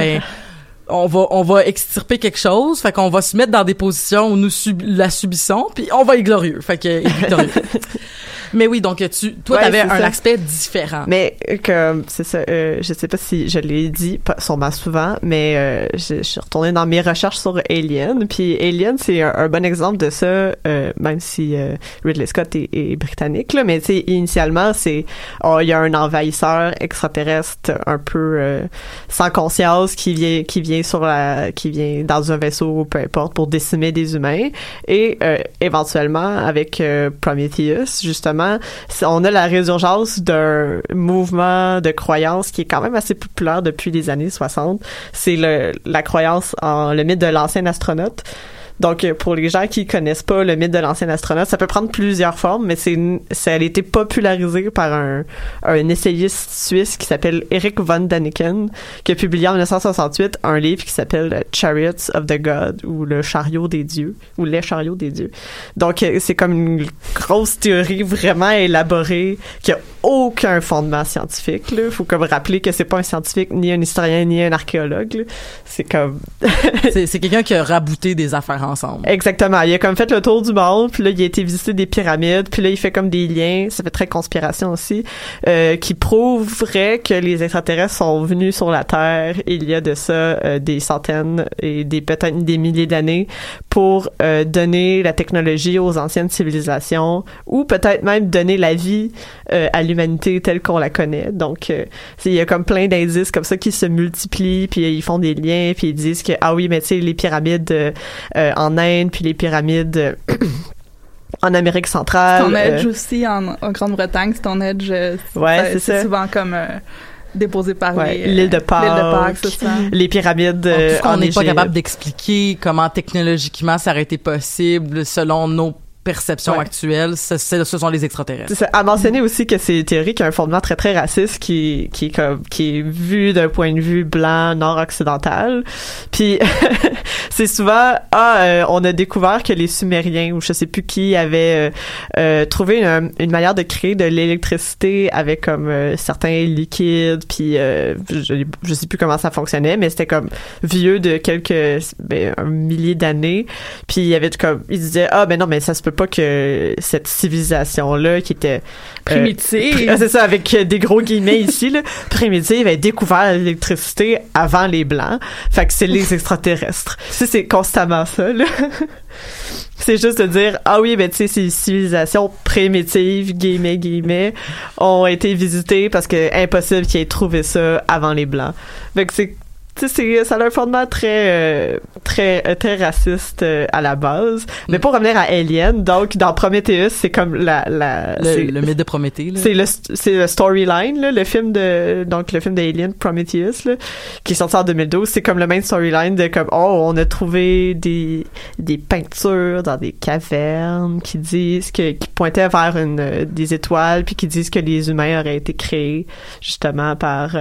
on va extirper quelque chose, fait qu'on va se mettre dans des positions où nous la subissons, puis on va être glorieux, fait que victorieux. Mais oui, donc toi t'avais un aspect différent. Mais comme c'est ça, je sais pas si je l'ai dit sûrement souvent, mais je suis retournée dans mes recherches sur Alien, puis Alien c'est un bon exemple de ça, même si Ridley Scott est britannique là, mais tu sais initialement c'est il y a un envahisseur extraterrestre un peu sans conscience qui vient dans un vaisseau peu importe pour décimer des humains, et éventuellement avec Prometheus justement on a la résurgence d'un mouvement de croyance qui est quand même assez populaire depuis les années 60. C'est la croyance en le mythe de l'ancien astronaute. Donc, pour les gens qui connaissent pas le mythe de l'ancien astronaute, ça peut prendre plusieurs formes, mais ça a été popularisé par un essayiste suisse qui s'appelle Eric von Daniken, qui a publié en 1968 un livre qui s'appelle Chariots of the God, ou le chariot des dieux, ou les chariots des dieux. Donc, c'est comme une grosse théorie vraiment élaborée qui a aucun fondement scientifique, là. Faut comme rappeler que c'est pas un scientifique, ni un historien, ni un archéologue, là. C'est comme... c'est quelqu'un qui a rabouté des affaires ensemble. Exactement. Il a comme fait le tour du monde, puis là, il a été visiter des pyramides, puis là, il fait comme des liens, ça fait très conspiration aussi, qui prouveraient que les extraterrestres sont venus sur la Terre il y a de ça des centaines et peut-être des milliers d'années pour donner la technologie aux anciennes civilisations, ou peut-être même donner la vie à l'humanité telle qu'on la connaît. Donc, il y a comme plein d'indices comme ça qui se multiplient, puis ils font des liens, puis ils disent que, ah oui, mais tu sais, les pyramides en Inde, puis les pyramides en Amérique centrale. Stonehenge aussi en Grande-Bretagne. Stonehenge, c'est souvent comme déposé par l'île de Pâques, c'est ça. Les pyramides tout ce qu'on n'est pas Égypte. capable d'expliquer comment technologiquement ça aurait été possible selon nos perceptions actuelles, ce sont les extraterrestres. C'est ça. À mentionner aussi que c'est une théorie qui a un fondement très très raciste qui est vu d'un point de vue blanc nord-occidental. Puis c'est souvent on a découvert que les Sumériens ou je sais plus qui avaient trouvé une manière de créer de l'électricité avec comme certains liquides, puis je sais plus comment ça fonctionnait, mais c'était comme vieux de un millier d'années. Puis il y avait comme ils disaient ben non, mais ça se peut pas que cette civilisation-là qui était primitive, c'est ça, avec des gros guillemets ici, là, primitive, ait découvert l'électricité avant les Blancs. Fait que c'est les extraterrestres. C'est constamment ça, là. C'est juste de dire, oui, ben, tu sais, ces civilisations primitives, guillemets, ont été visitées parce que impossible qu'ils aient trouvé ça avant les Blancs. Fait que ça a un fondement très raciste à la base. Mais pour revenir à Alien, donc dans Prometheus, c'est comme le mythe de Prométhée, là. C'est le storyline, là, le film d'Alien Prometheus, là, qui est sorti en 2012. C'est comme le main storyline de comme on a trouvé des peintures dans des cavernes qui disent qui pointaient vers des étoiles, puis qui disent que les humains auraient été créés justement par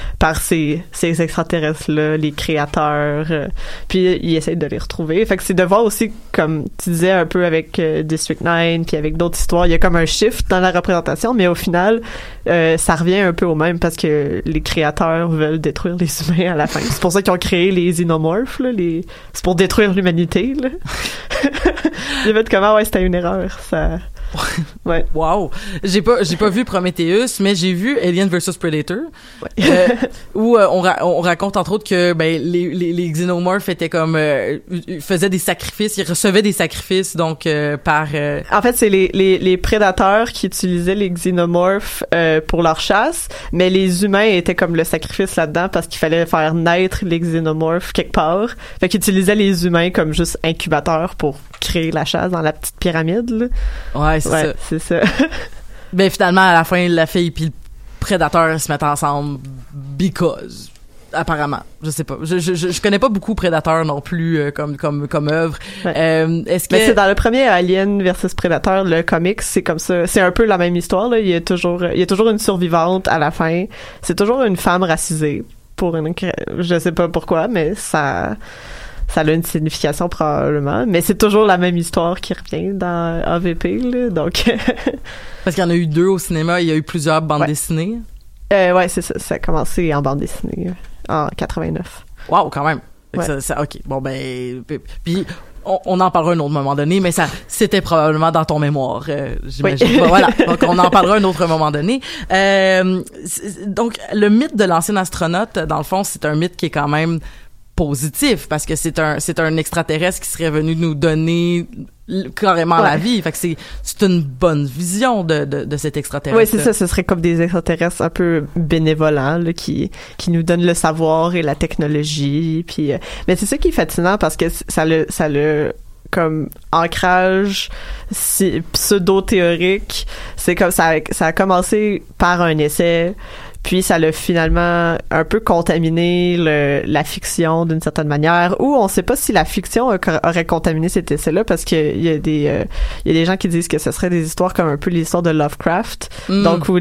ces extraterrestres là, les créateurs, puis ils essayent de les retrouver. Fait que c'est de voir aussi, comme tu disais un peu avec District 9, puis avec d'autres histoires, il y a comme un shift dans la représentation, mais au final, ça revient un peu au même parce que les créateurs veulent détruire les humains à la fin. C'est pour ça qu'ils ont créé les xénomorphes, là, c'est pour détruire l'humanité, là. J'ai fait comment, c'était une erreur, ça... Ouais. Wow. J'ai pas vu Prometheus, mais j'ai vu Alien vs Predator, où on raconte entre autres que les xénomorphes étaient comme faisaient des sacrifices, ils recevaient des sacrifices donc par. En fait, c'est les prédateurs qui utilisaient les xénomorphes pour leur chasse, mais les humains étaient comme le sacrifice là-dedans parce qu'il fallait faire naître les xénomorphes quelque part. Fait qu'ils utilisaient les humains comme juste incubateurs pour créer la chasse dans la petite pyramide, là. Ouais, c'est ça. Ben finalement à la fin la fille puis le prédateur se mettent ensemble because apparemment, je sais pas. Je connais pas beaucoup Predator non plus comme œuvre. Ouais. Mais c'est dans le premier Alien versus Predator, le comics, c'est comme ça. C'est un peu la même histoire là, il y a toujours une survivante à la fin. C'est toujours une femme racisée je sais pas pourquoi, mais ça a une signification probablement, mais c'est toujours la même histoire qui revient dans AVP, là, donc... Parce qu'il y en a eu 2 au cinéma, il y a eu plusieurs bandes dessinées. Ouais, c'est ça, ça a commencé en bande dessinée, en 89. Wow, quand même. Ouais. Ça, OK, bon ben... Puis... On en parlera à un autre moment donné, mais c'était probablement dans ton mémoire, j'imagine. Oui. Bon, voilà, donc on en parlera à un autre moment donné. Donc, le mythe de l'ancien astronaute, dans le fond, c'est un mythe qui est quand même positif parce que c'est un extraterrestre qui serait venu nous donner carrément la vie. Fait que c'est une bonne vision de cet extraterrestre. Oui, c'est ça. Ce serait comme des extraterrestres un peu bénévolents là, qui nous donnent le savoir et la technologie. Puis, mais c'est ça qui est fascinant parce que ça le comme ancrage pseudo-théorique. C'est comme ça a commencé par un essai. Puis ça l'a finalement un peu contaminé la fiction d'une certaine manière, ou on sait pas si la fiction aurait contaminé cet essai-là parce qu'il y a des gens qui disent que ce serait des histoires comme un peu l'histoire de Lovecraft, donc où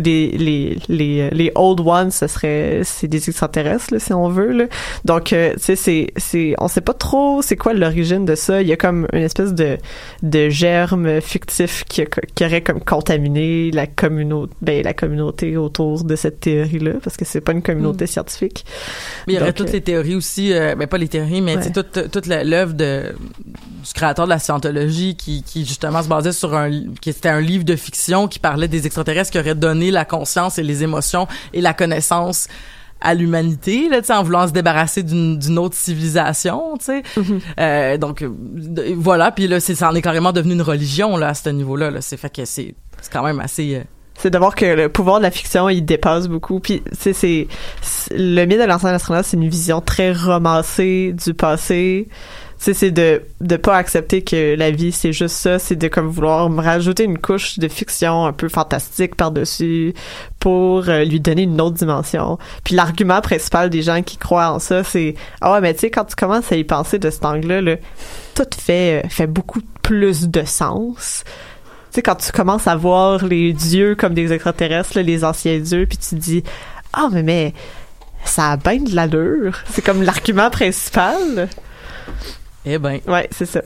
les old ones c'est des extraterrestres là, si on veut là. Donc tu sais on sait pas trop c'est quoi l'origine de ça. Il y a comme une espèce de germe fictif qui aurait comme contaminé la communauté autour de cette théorie là, parce que c'est pas une communauté scientifique. Mais il y aurait toutes les théories aussi, pas les théories, mais toute l'œuvre du créateur de la scientologie qui justement se basait sur qui était un livre de fiction qui parlait des extraterrestres qui auraient donné la conscience et les émotions et la connaissance à l'humanité, là, tu sais, en voulant se débarrasser d'une autre civilisation, tu sais. Mm-hmm. Donc, voilà, puis là, ça en est carrément devenu une religion, là, à ce niveau-là, là. C'est fait que c'est quand même assez... C'est de voir que le pouvoir de la fiction, il dépasse beaucoup. Puis, tu sais, le mythe de l'ancien astronaute, c'est une vision très romancée du passé. sais, c'est de pas accepter que la vie c'est juste ça, c'est de comme vouloir me rajouter une couche de fiction un peu fantastique par-dessus pour lui donner une autre dimension. Puis l'argument principal des gens qui croient en ça, c'est ah ouais, mais tu sais, quand tu commences à y penser de cet angle-là, là, tout fait beaucoup plus de sens. Tu sais, quand tu commences à voir les dieux comme des extraterrestres, là, les anciens dieux, puis tu te dis ah mais ça a bien de l'allure. C'est comme l'argument principal. Eh ben. Ouais, c'est ça.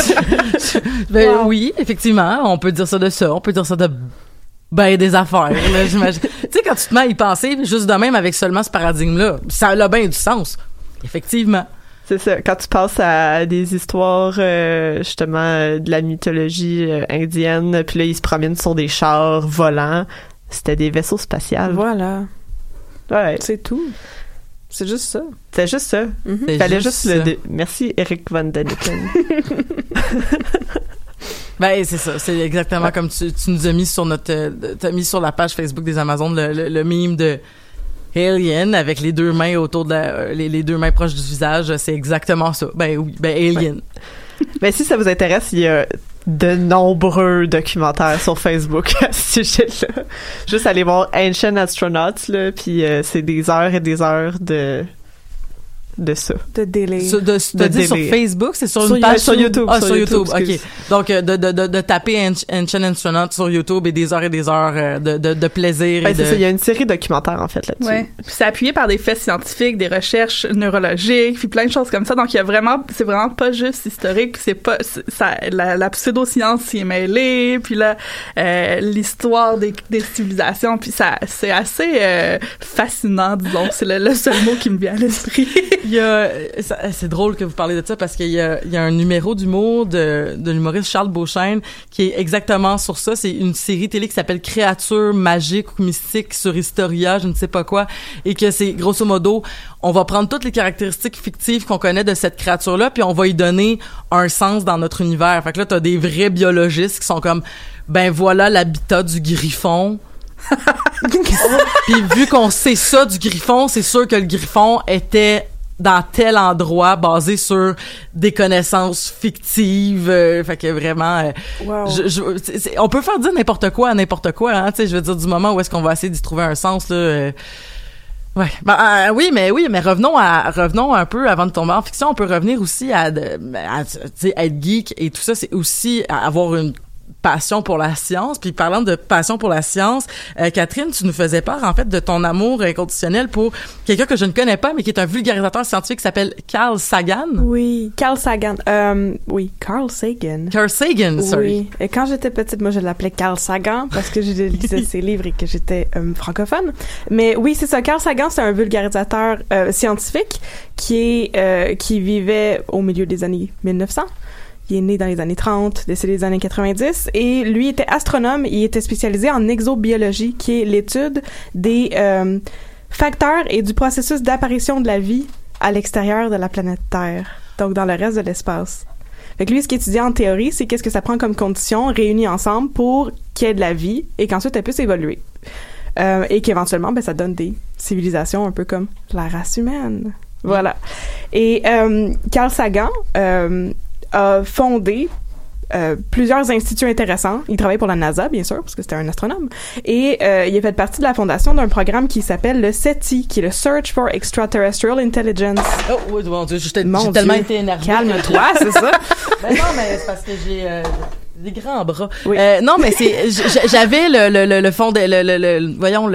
Oui, effectivement, on peut dire ça de ça. On peut dire ça de ben des affaires, là, j'imagine. Tu sais, quand tu te mets à y penser, juste de même avec seulement ce paradigme-là, ça a bien du sens. Effectivement. C'est ça. Quand tu passes à des histoires, justement, de la mythologie indienne, puis là, ils se promènent sur des chars volants, c'était des vaisseaux spatials. Voilà. Ouais. C'est tout. C'est juste ça. C'est juste ça. Mm-hmm. Fallait juste Merci, Eric Van Daniken. Ben, c'est ça. C'est exactement comme tu nous as mis sur t'as mis sur la page Facebook des Amazones le meme de Alien avec les deux mains autour de les deux mains proches du visage. C'est exactement ça. Ben oui. Ben, Alien. Ouais. Ben, si ça vous intéresse, il y a de nombreux documentaires sur Facebook à ce sujet-là. Juste aller voir Ancient Astronauts, là, puis c'est des heures et des heures de ça. De délai. Sur Facebook, c'est sur une page sur YouTube. Ah, sur YouTube, OK. Excuse. Donc, de taper Ancient Astronauts sur YouTube et des heures de plaisir. Ben, c'est ça. Il y a une série documentaire, en fait, là-dessus. Ouais. Puis c'est appuyé par des faits scientifiques, des recherches neurologiques, puis plein de choses comme ça. Donc, c'est vraiment pas juste historique. C'est pas, la pseudo-science y est mêlée, puis là, l'histoire des civilisations, puis ça, c'est assez fascinant, disons. C'est le seul mot qui me vient à l'esprit. C'est drôle que vous parlez de ça parce qu'il y a un numéro d'humour de l'humoriste Charles Beauchesne qui est exactement sur ça. C'est une série télé qui s'appelle Créatures magiques ou mystiques sur Historia, je ne sais pas quoi, et que c'est grosso modo, on va prendre toutes les caractéristiques fictives qu'on connaît de cette créature-là, puis on va y donner un sens dans notre univers. Fait que là, t'as des vrais biologistes qui sont comme, ben voilà l'habitat du griffon. Puis vu qu'on sait ça du griffon, c'est sûr que le griffon était dans tel endroit basé sur des connaissances fictives. Fait que vraiment, wow. On peut faire dire n'importe quoi à n'importe quoi, hein. Tu sais, je veux dire, du moment où est-ce qu'on va essayer d'y trouver un sens, là. Ouais. Oui, mais revenons un peu avant de tomber en fiction. On peut revenir aussi à tu sais, être geek et tout ça, c'est aussi avoir une passion pour la science. Puis parlant de passion pour la science, Catherine, tu nous faisais part en fait de ton amour inconditionnel pour quelqu'un que je ne connais pas mais qui est un vulgarisateur scientifique qui s'appelle Carl Sagan. Oui, Carl Sagan. Oui, Carl Sagan. Carl Sagan, sorry. Oui. Et quand j'étais petite, moi je l'appelais Carl Sagan parce que je lisais ses livres et que j'étais francophone. Mais oui, c'est ça. Carl Sagan, c'est un vulgarisateur scientifique qui vivait au milieu des années 1900. Il est né dans les années 30, décédé des années 90, et lui était astronome. Il était spécialisé en exobiologie, qui est l'étude des facteurs et du processus d'apparition de la vie à l'extérieur de la planète Terre, donc dans le reste de l'espace. Fait que lui, ce qu'il étudie en théorie, c'est qu'est-ce que ça prend comme conditions réunies ensemble pour qu'il y ait de la vie et qu'ensuite elle puisse évoluer. Et qu'éventuellement, ça donne des civilisations un peu comme la race humaine. Voilà. Et Carl Sagan a fondé plusieurs instituts intéressants. Il travaille pour la NASA, bien sûr, parce que c'était un astronome. Et il a fait partie de la fondation d'un programme qui s'appelle le SETI, qui est le Search for Extraterrestrial Intelligence. Oh, oui, mon Dieu, j'ai tellement été énervée. Calme-toi, c'est ça? Ben non, mais c'est parce que j'ai des grands bras. Oui. Non, mais j'avais le fond de, voyons,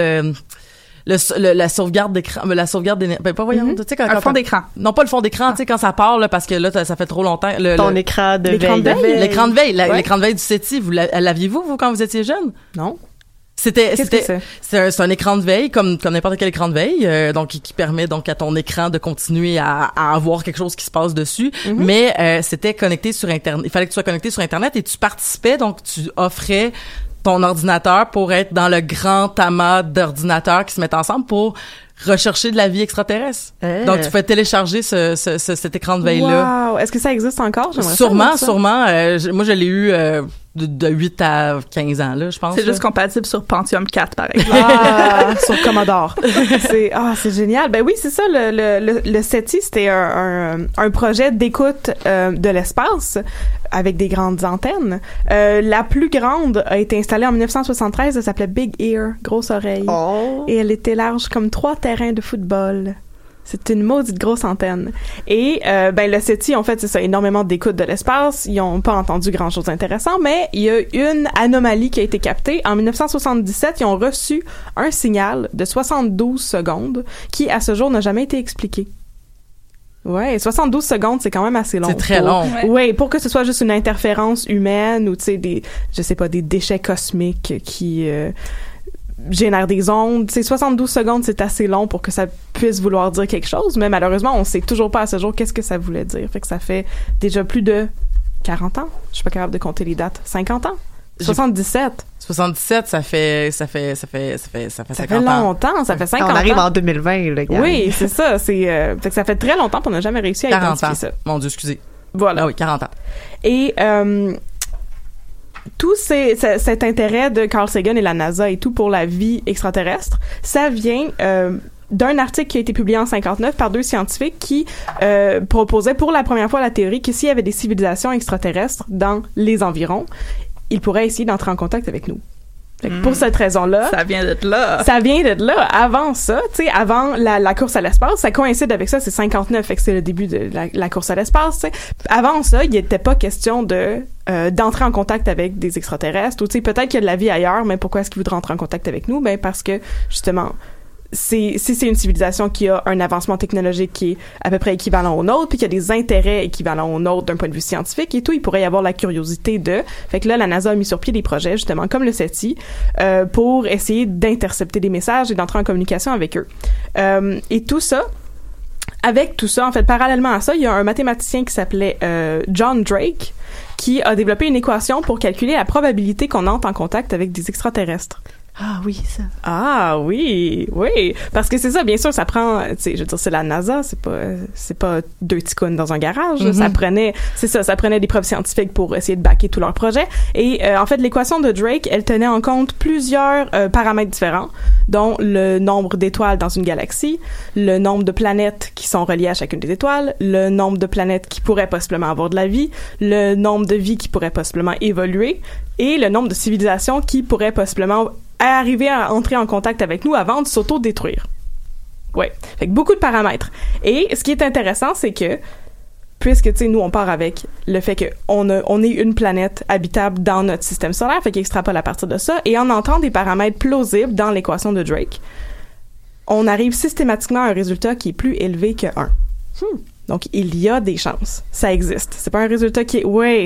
la sauvegarde d'écran, la sauvegarde d'énergie. Pas voyons, tu sais quand un fond d'écran. Non, pas le fond d'écran, tu sais quand ça part là parce que là ça fait trop longtemps. Ton écran de veille. L'écran de veille, l'écran de veille du SETI, l'aviez-vous vous quand vous étiez jeune? Non. C'est un écran de veille comme n'importe quel écran de veille donc qui permet donc à ton écran de continuer à avoir quelque chose qui se passe dessus, mais c'était connecté sur internet. Il fallait que tu sois connecté sur internet et tu participais, donc tu offrais ton ordinateur pour être dans le grand amas d'ordinateurs qui se mettent ensemble pour rechercher de la vie extraterrestre. Donc, tu pouvais télécharger cet écran de veille-là. Wow! Est-ce que ça existe encore? Sûrement. Moi, je l'ai eu de 8 à 15 ans, là, je pense. C'est juste compatible sur Pentium 4, par exemple. Sur Commodore. C'est génial. Ben oui, c'est ça, le SETI, c'était un projet d'écoute de l'espace avec des grandes antennes. La plus grande a été installée en 1973, elle s'appelait Big Ear, grosse oreille. Oh. Et elle était large comme 3 terrains de football. C'est une maudite grosse antenne. Et le SETI, en fait, c'est ça, énormément d'écoute de l'espace. Ils n'ont pas entendu grand-chose d'intéressant, mais il y a une anomalie qui a été captée. En 1977, ils ont reçu un signal de 72 secondes qui, à ce jour, n'a jamais été expliqué. Ouais, 72 secondes, c'est quand même assez long. C'est très long. Ouais, pour que ce soit juste une interférence humaine ou, tu sais, des déchets cosmiques qui... génère des ondes. 72 secondes, c'est assez long pour que ça puisse vouloir dire quelque chose, mais malheureusement, on sait toujours pas à ce jour qu'est-ce que ça voulait dire. Fait que ça fait déjà plus de 40 ans. Je suis pas capable de compter les dates. 50 ans? 77. 77, ça fait 50 ans. Longtemps, ça fait 50 ans. On arrive en 2020, le gars. Oui, c'est ça. Fait que ça fait très longtemps qu'on n'a jamais réussi à identifier ça. Mon Dieu, excusez. Voilà. Ah oui, 40 ans. Et, tout cet intérêt de Carl Sagan et la NASA et tout pour la vie extraterrestre, ça vient d'un article qui a été publié en 59 par 2 scientifiques qui proposaient pour la première fois la théorie que s'il y avait des civilisations extraterrestres dans les environs, ils pourraient essayer d'entrer en contact avec nous. Fait que pour cette raison-là... Ça vient d'être là. Ça vient d'être là. Avant ça, tu sais, avant la course à l'espace, ça coïncide avec ça, c'est 59, fait que c'est le début de la course à l'espace, tu sais. Avant ça, il n'était pas question d'entrer en contact avec des extraterrestres, ou tu sais, peut-être qu'il y a de la vie ailleurs, mais pourquoi est-ce qu'ils voudraient entrer en contact avec nous? Ben, parce que, justement, si c'est une civilisation qui a un avancement technologique qui est à peu près équivalent au nôtre, puis qui a des intérêts équivalents au nôtre d'un point de vue scientifique et tout, il pourrait y avoir la curiosité de... Fait que là, la NASA a mis sur pied des projets, justement, comme le SETI, pour essayer d'intercepter des messages et d'entrer en communication avec eux. Et tout ça... Avec tout ça, en fait, parallèlement à ça, il y a un mathématicien qui s'appelait John Drake qui a développé une équation pour calculer la probabilité qu'on entre en contact avec des extraterrestres. Ah oui, ça. Ah oui, oui. Parce que c'est ça, bien sûr, ça prend, tu sais, je veux dire, c'est la NASA, c'est pas 2 ticounes dans un garage. Mm-hmm. Ça prenait des preuves scientifiques pour essayer de backer tout leur projet. Et en fait, l'équation de Drake, elle tenait en compte plusieurs paramètres différents, dont le nombre d'étoiles dans une galaxie, le nombre de planètes qui sont reliées à chacune des étoiles, le nombre de planètes qui pourraient possiblement avoir de la vie, le nombre de vies qui pourraient possiblement évoluer, et le nombre de civilisations qui pourraient possiblement arriver à entrer en contact avec nous avant de s'auto-détruire. Ouais. Fait que beaucoup de paramètres. Et ce qui est intéressant, c'est que, puisque, tu sais, nous, on part avec le fait qu'on est une planète habitable dans notre système solaire, fait qu'il extrapole à partir de ça, et en entrant des paramètres plausibles dans l'équation de Drake, on arrive systématiquement à un résultat qui est plus élevé que 1. Donc, il y a des chances. Ça existe. C'est pas un résultat qui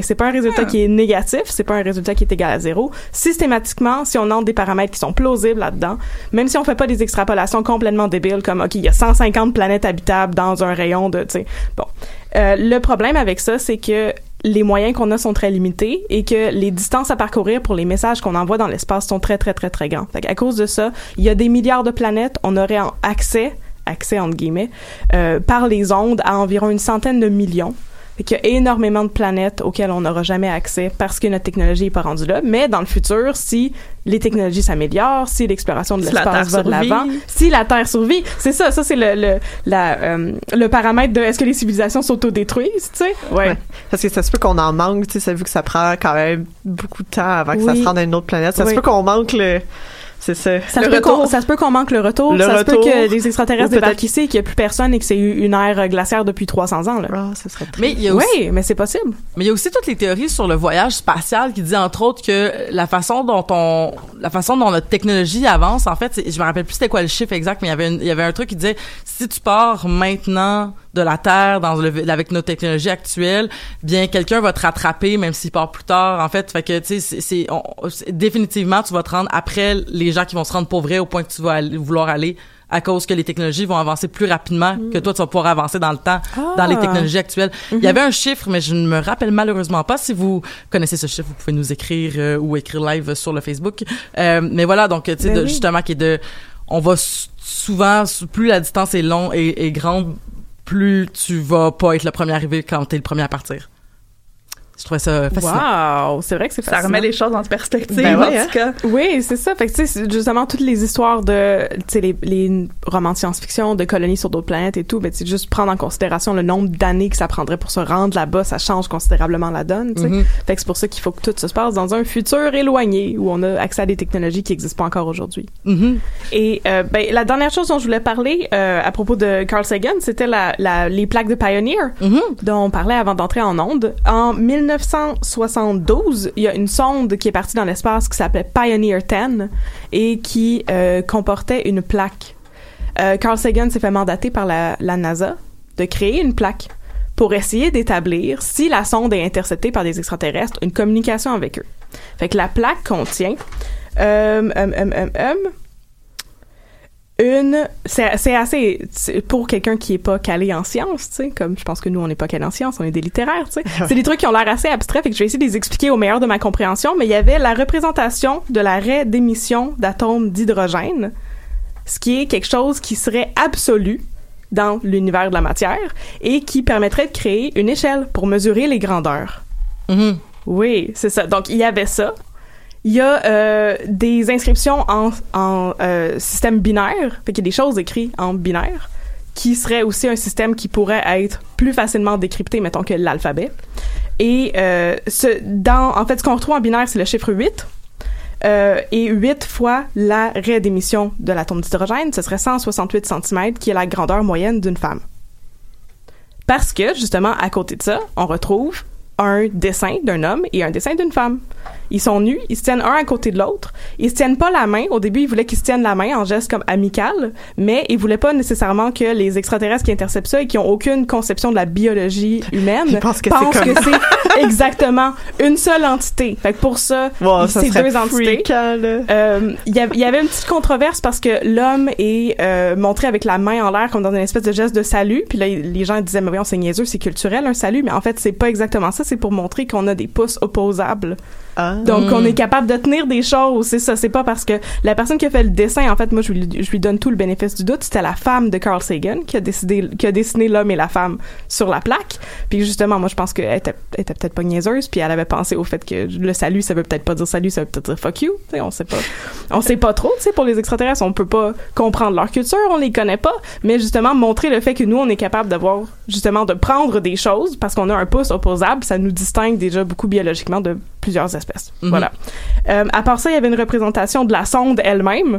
est négatif. C'est pas un résultat qui est égal à 0. Systématiquement, si on entre des paramètres qui sont plausibles là-dedans, même si on fait pas des extrapolations complètement débiles comme, OK, il y a 150 planètes habitables dans un rayon de, tu sais. Bon. Le problème avec ça, c'est que les moyens qu'on a sont très limités et que les distances à parcourir pour les messages qu'on envoie dans l'espace sont très, très, très, très grands. Fait qu'à cause de ça, il y a des milliards de planètes, on aurait accès entre guillemets, par les ondes à environ 100 de millions. Fait qu'il y a énormément de planètes auxquelles on n'aura jamais accès parce que notre technologie n'est pas rendue là. Mais dans le futur, si les technologies s'améliorent, si l'exploration de l'espace va de l'avant, si la Terre survit, c'est ça c'est le paramètre de est-ce que les civilisations s'autodétruisent, tu sais? Ouais. Parce que ça se peut qu'on en manque, tu sais, vu que ça prend quand même beaucoup de temps avant que ça se rende à une autre planète. Ça se peut qu'on manque c'est ça. Ça se peut qu'on manque le retour. Ça se peut que les extraterrestres débarquent ici et qu'il n'y a plus personne et que c'est une ère glaciaire depuis 300 ans, là. Ah, ça serait mais il y a aussi... Oui, mais c'est possible. Mais il y a aussi toutes les théories sur le voyage spatial qui dit, entre autres, que la façon dont notre technologie avance, en fait, je me rappelle plus c'était quoi le chiffre exact, mais il y avait un truc qui disait, si tu pars maintenant de la Terre avec nos technologies actuelles, bien quelqu'un va te rattraper même s'il part plus tard, en fait. Fait que tu sais, définitivement tu vas te rendre après les gens qui vont se rendre pour vrai au point que tu vas vouloir aller à cause que les technologies vont avancer plus rapidement que toi tu vas pouvoir avancer dans le temps dans les technologies actuelles. Il y avait un chiffre mais je ne me rappelle malheureusement pas. Si vous connaissez ce chiffre, vous pouvez nous écrire ou écrire live sur le Facebook. Mais voilà, donc tu sais justement qui est de on va souvent plus la distance est longue et grande, plus tu vas pas être le premier arrivé quand t'es le premier à partir. Je trouvais ça fascinant. Wow, c'est vrai que c'est fascinant. Ça remet les choses en perspective, Ben en oui, tout cas. Oui, c'est ça. Fait que, tu sais, justement, toutes les histoires de, tu sais, les romans de science-fiction, de colonies sur d'autres planètes et tout, ben, tu juste prendre en considération le nombre d'années que ça prendrait pour se rendre là-bas, ça change considérablement la donne, tu sais. Fait que c'est pour ça qu'il faut que tout se passe dans un futur éloigné où on a accès à des technologies qui n'existent pas encore aujourd'hui. Et, ben, la dernière chose dont je voulais parler, à propos de Carl Sagan, c'était les plaques de Pioneer, dont on parlait avant d'entrer en onde. En 1972, il y a une sonde qui est partie dans l'espace qui s'appelait Pioneer 10 et qui comportait une plaque. Carl Sagan s'est fait mandater par la NASA de créer une plaque pour essayer d'établir, si la sonde est interceptée par des extraterrestres, une communication avec eux. Fait que la plaque contient c'est assez pour quelqu'un qui est pas calé en sciences, tu sais, comme je pense que nous on n'est pas calé en sciences, on est des littéraires, tu sais. C'est des trucs qui ont l'air assez abstraits, fait que je vais essayer de les expliquer au meilleur de ma compréhension, mais il y avait la représentation de la raie d'émission d'atomes d'hydrogène, ce qui est quelque chose qui serait absolu dans l'univers de la matière et qui permettrait de créer une échelle pour mesurer les grandeurs. Oui, c'est ça. Donc il y avait ça. Il y a des inscriptions en système binaire, fait qu'il y a des choses écrites en binaire, qui serait aussi un système qui pourrait être plus facilement décrypté, mettons, que l'alphabet. Et en fait, ce qu'on retrouve en binaire, c'est le chiffre 8. Et 8 fois la raie d'émission de l'atome d'hydrogène, ce serait 168 cm, qui est la grandeur moyenne d'une femme. Parce que, justement, à côté de ça, on retrouve un dessin d'un homme et un dessin d'une femme. Ils sont nus, ils se tiennent un à côté de l'autre. Ils se tiennent pas la main. Au début, ils voulaient qu'ils se tiennent la main en geste comme amical, mais ils voulaient pas nécessairement que les extraterrestres qui interceptent ça et qui ont aucune conception de la biologie humaine pensent que c'est exactement une seule entité. Fait que pour ça, c'est deux entités. Il y avait une petite controverse parce que l'homme est montré avec la main en l'air comme dans une espèce de geste de salut. Puis là, les gens disaient, mais voyons, c'est niaiseux, c'est culturel un salut, mais en fait, c'est pas exactement ça. C'est pour montrer qu'on a des pouces opposables. Donc, on est capable de tenir des choses, c'est ça. C'est pas parce que la personne qui a fait le dessin, en fait, moi, je lui donne tout le bénéfice du doute. C'était la femme de Carl Sagan qui a dessiné l'homme et la femme sur la plaque. Puis justement, moi, je pense qu'elle était peut-être pas niaiseuse, puis elle avait pensé au fait que le salut, ça veut peut-être pas dire salut, ça veut peut-être dire fuck you. T'sais, on sait pas trop, tu sais, pour les extraterrestres, on peut pas comprendre leur culture, on les connaît pas, mais justement, montrer le fait que nous, on est capable d'avoir, justement, de prendre des choses parce qu'on a un pouce opposable, ça nous distingue déjà beaucoup biologiquement de plusieurs espèces. Voilà. À part ça, il y avait une représentation de la sonde elle-même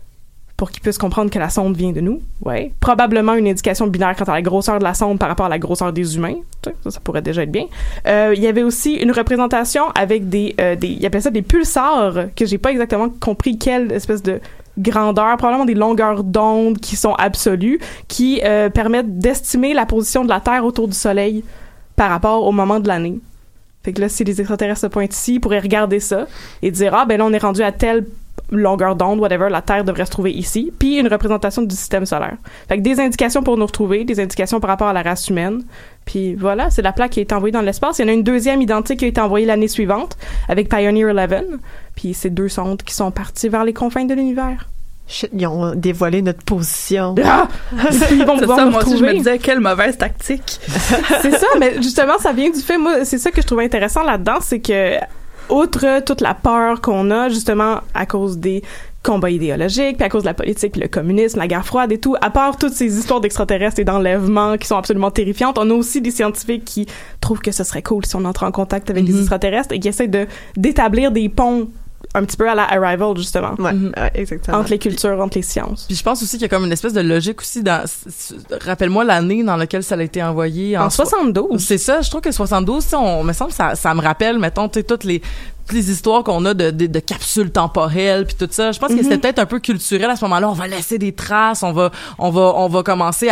pour qu'ils puissent comprendre que la sonde vient de nous. Ouais. Probablement une indication binaire quant à la grosseur de la sonde par rapport à la grosseur des humains. Ça pourrait déjà être bien. Il y avait aussi une représentation avec ils appelaient ça des pulsars, que j'ai pas exactement compris quelle espèce de grandeur, probablement des longueurs d'onde qui sont absolues, qui permettent d'estimer la position de la Terre autour du Soleil par rapport au moment de l'année. Fait que là, si les extraterrestres se pointent ici, ils pourraient regarder ça et dire, ah, ben là, on est rendu à telle longueur d'onde, whatever, la Terre devrait se trouver ici, puis une représentation du système solaire. Fait que des indications pour nous retrouver, des indications par rapport à la race humaine, puis voilà, c'est la plaque qui a été envoyée dans l'espace. Il y en a une deuxième identique qui a été envoyée l'année suivante, avec Pioneer 11, puis c'est 2 sondes qui sont parties vers les confins de l'univers. Shit, ils ont dévoilé notre position. Ah! Ils vont pouvoir nous retrouver. Moi aussi, je me disais, quelle mauvaise tactique. C'est ça, mais justement, ça vient du fait, moi, c'est ça que je trouvais intéressant là-dedans, c'est que, outre toute la peur qu'on a, justement, à cause des combats idéologiques, puis à cause de la politique, puis le communisme, la guerre froide et tout, à part toutes ces histoires d'extraterrestres et d'enlèvements qui sont absolument terrifiantes, on a aussi des scientifiques qui trouvent que ce serait cool si on entre en contact avec des extraterrestres et qui essaient d'établir des ponts un petit peu à la Arrival, justement. Ouais, exactement. Entre les cultures, entre les sciences. Puis je pense aussi qu'il y a comme une espèce de logique aussi dans... Rappelle-moi l'année dans laquelle ça a été envoyé. En 72. C'est ça, je trouve que 72, me semble ça me rappelle, mettons, tu sais, toutes les histoires qu'on a de capsules temporelles puis tout ça. Je pense que c'était peut-être un peu culturel à ce moment-là. On va laisser des traces, on va commencer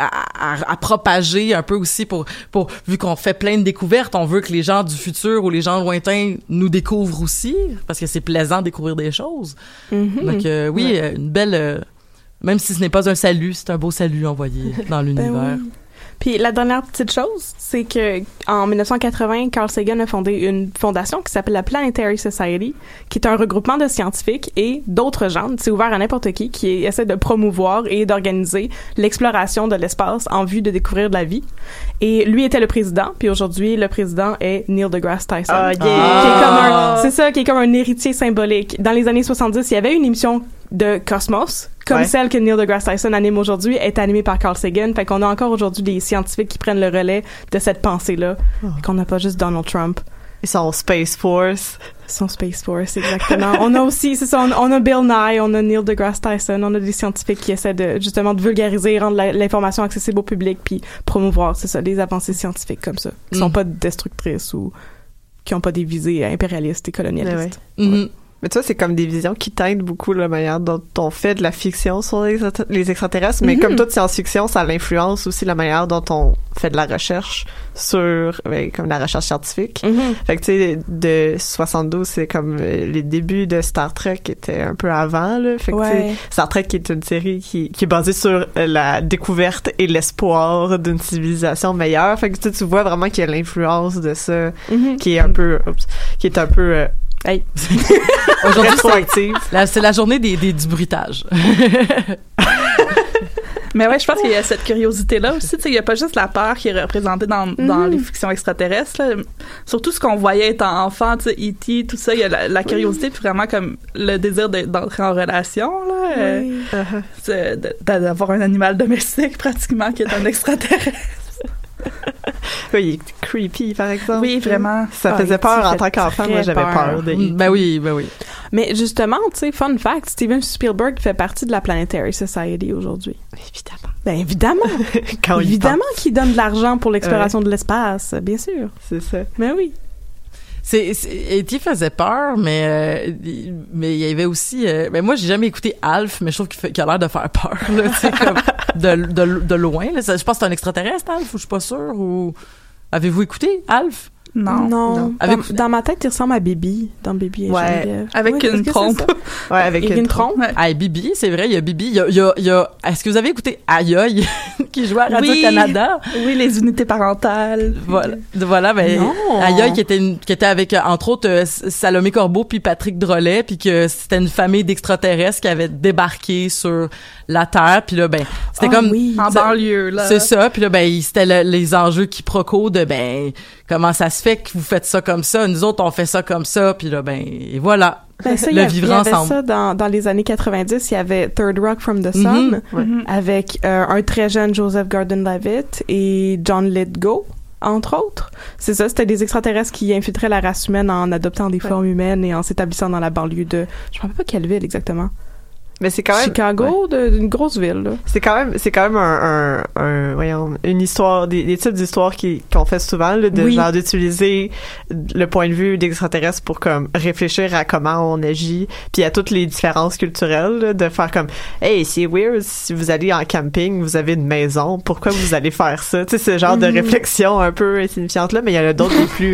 à propager un peu aussi pour vu qu'on fait plein de découvertes, on veut que les gens du futur ou les gens lointains nous découvrent aussi parce que c'est plaisant de découvrir des choses. Donc oui, une belle même si ce n'est pas un salut, c'est un beau salut envoyé dans l'univers. Oui. Puis la dernière petite chose, c'est que en 1980, Carl Sagan a fondé une fondation qui s'appelle la Planetary Society, qui est un regroupement de scientifiques et d'autres gens, c'est ouvert à n'importe qui essaie de promouvoir et d'organiser l'exploration de l'espace en vue de découvrir de la vie. Et lui était le président, puis aujourd'hui le président est Neil deGrasse Tyson. Qui est comme un héritier symbolique. Dans les années 70, il y avait une émission de Cosmos, comme celle que Neil deGrasse Tyson anime aujourd'hui, est animée par Carl Sagan. Fait qu'on a encore aujourd'hui des scientifiques qui prennent le relais de cette pensée-là. Qu'on n'a pas juste Donald Trump. Ils sont Space Force. Son Space Force, exactement. On a aussi, c'est ça, on a Bill Nye, on a Neil deGrasse Tyson, on a des scientifiques qui essaient de, justement, de vulgariser, rendre l'information accessible au public, puis promouvoir, c'est ça, les avancées scientifiques comme ça, qui sont pas destructrices ou qui ont pas des visées impérialistes et colonialistes. Mais tu vois, c'est comme des visions qui teintent beaucoup la manière dont on fait de la fiction sur les extraterrestres, mais comme toute science-fiction, ça l'influence aussi la manière dont on fait de la recherche sur, comme la recherche scientifique. Fait que tu sais, de 72, c'est comme les débuts de Star Trek qui étaient un peu avant, là. Fait que tu sais, Star Trek qui est une série qui est basée sur la découverte et l'espoir d'une civilisation meilleure. Fait que tu vois vraiment qu'il y a l'influence de ça, qui est un peu, hey. Aujourd'hui, c'est la journée du bruitage. Mais ouais, je pense qu'il y a cette curiosité-là aussi. Tu sais, il n'y a pas juste la peur qui est représentée dans les fictions extraterrestres. Là. Surtout ce qu'on voyait étant enfant, tu sais, E.T., tout ça, il y a la curiosité, puis vraiment comme le désir d'entrer en relation, là. D'avoir un animal domestique, pratiquement, qui est un extraterrestre. Oui, il est creepy, par exemple. Oui, vraiment. Ça faisait peur en tant qu'enfant. Moi, j'avais peur. Ben oui. Mais justement, tu sais, fun fact, Steven Spielberg fait partie de la Planetary Society aujourd'hui. Évidemment. Ben évidemment. Évidemment qu'il donne de l'argent pour l'exploration de l'espace, bien sûr. C'est ça. Ben oui. E.T. faisait peur, mais il y avait aussi... ben moi, j'ai jamais écouté Alf, mais je trouve qu'il a l'air de faire peur, là, tu sais, comme de loin. Là. Je pense que c'est un extraterrestre, Alf, ou je suis pas sûre, ou... Avez-vous écouté Alf? Non. Dans ma tête, il ressemble à Bibi, dans Bibi et Geneviève. Avec une trompe. Ouais, avec une trompe. Ah, Bibi, c'est vrai, il y a Bibi. Il y a est-ce que vous avez écouté Aïe Aïe qui jouait à Radio-Canada? Oui, les unités parentales. Voilà, ben, Aïe Aïe qui était avec, entre autres, Salomé Corbeau puis Patrick Drolet, puis que c'était une famille d'extraterrestres qui avait débarqué sur la Terre, puis là, ben, c'était comme... en banlieue, là. C'est ça, puis là, ben, c'était les enjeux quiproquos de, ben, comment ça se fait que vous faites ça comme ça, nous autres, on fait ça comme ça, puis là, ben, et voilà. Ben ça, il y avait ça dans les années 90, il y avait Third Rock from the Sun, avec un très jeune Joseph Gordon-Levitt et John Lithgow, entre autres. C'est ça, c'était des extraterrestres qui infiltraient la race humaine en adoptant des formes humaines et en s'établissant dans la banlieue de... Je ne me rappelle pas quelle ville exactement. Mais c'est quand même Chicago, d'une grosse ville, là. C'est quand même une histoire, des types d'histoires qu'on fait souvent, là, genre d'utiliser le point de vue d'extraterrestres pour comme réfléchir à comment on agit, puis à toutes les différences culturelles, là, de faire comme hey, c'est weird, si vous allez en camping, vous avez une maison, pourquoi vous allez faire ça? Tu sais, ce genre de réflexion un peu insignifiante là, mais il y en a d'autres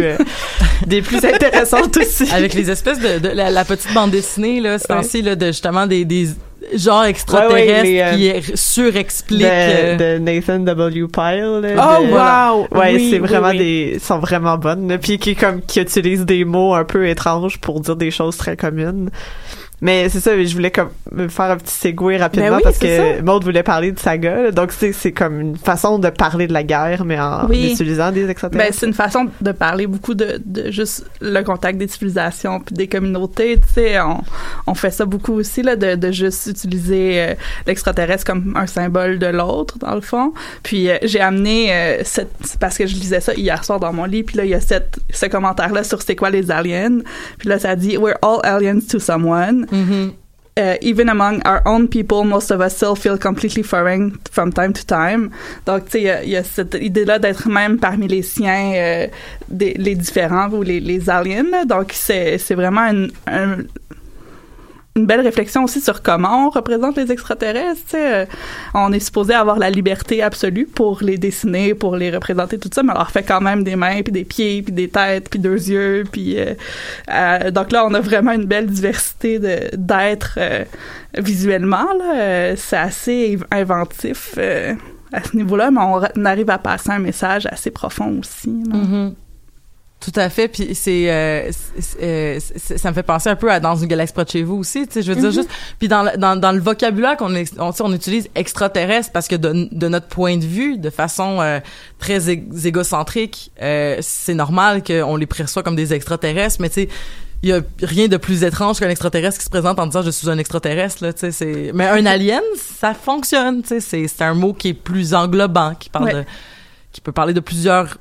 des plus intéressantes aussi. Avec les espèces de la petite bande dessinée là, c'est ainsi là, de justement des genre extraterrestres qui surexpliquent de Nathan W. Pyle wow c'est vraiment sont vraiment bonnes là, puis qui utilisent des mots un peu étranges pour dire des choses très communes. Mais c'est ça, je voulais comme faire un petit segue rapidement parce que Maud voulait parler de saga, là, donc c'est comme une façon de parler de la guerre mais en utilisant des extraterrestres. Ben c'est une façon de parler beaucoup de juste le contact des civilisations puis des communautés, tu sais, on fait ça beaucoup aussi là de juste utiliser l'extraterrestre comme un symbole de l'autre dans le fond. Puis j'ai amené c'est parce que je lisais ça hier soir dans mon lit, puis là il y a ce commentaire là sur c'est quoi les aliens, puis là ça dit we're all aliens to someone. Even among our own people, most of us still feel completely foreign from time to time. Donc, tu sais, il y a cette idée-là d'être même parmi les siens, les différents ou les aliens. Là. Donc, c'est vraiment une belle réflexion aussi sur comment on représente les extraterrestres. Tu sais, on est supposé avoir la liberté absolue pour les dessiner, pour les représenter, tout ça, mais on leur fait quand même des mains, puis des pieds, puis des têtes, puis 2 yeux, puis donc là, on a vraiment une belle diversité d'êtres visuellement. Là, c'est assez inventif à ce niveau-là, mais on arrive à passer un message assez profond aussi. Mm-hmm. Tout à fait, puis ça me fait penser un peu à Dans une galaxie près de chez vous aussi, tu sais, je veux dire juste, puis dans le vocabulaire on utilise extraterrestre parce que de notre point de vue, de façon très égocentrique, c'est normal qu'on les perçoit comme des extraterrestres, mais tu sais, il y a rien de plus étrange qu'un extraterrestre qui se présente en disant je suis un extraterrestre là, tu sais, mais un alien, ça fonctionne, tu sais, c'est un mot qui est plus englobant, qui peut parler de plusieurs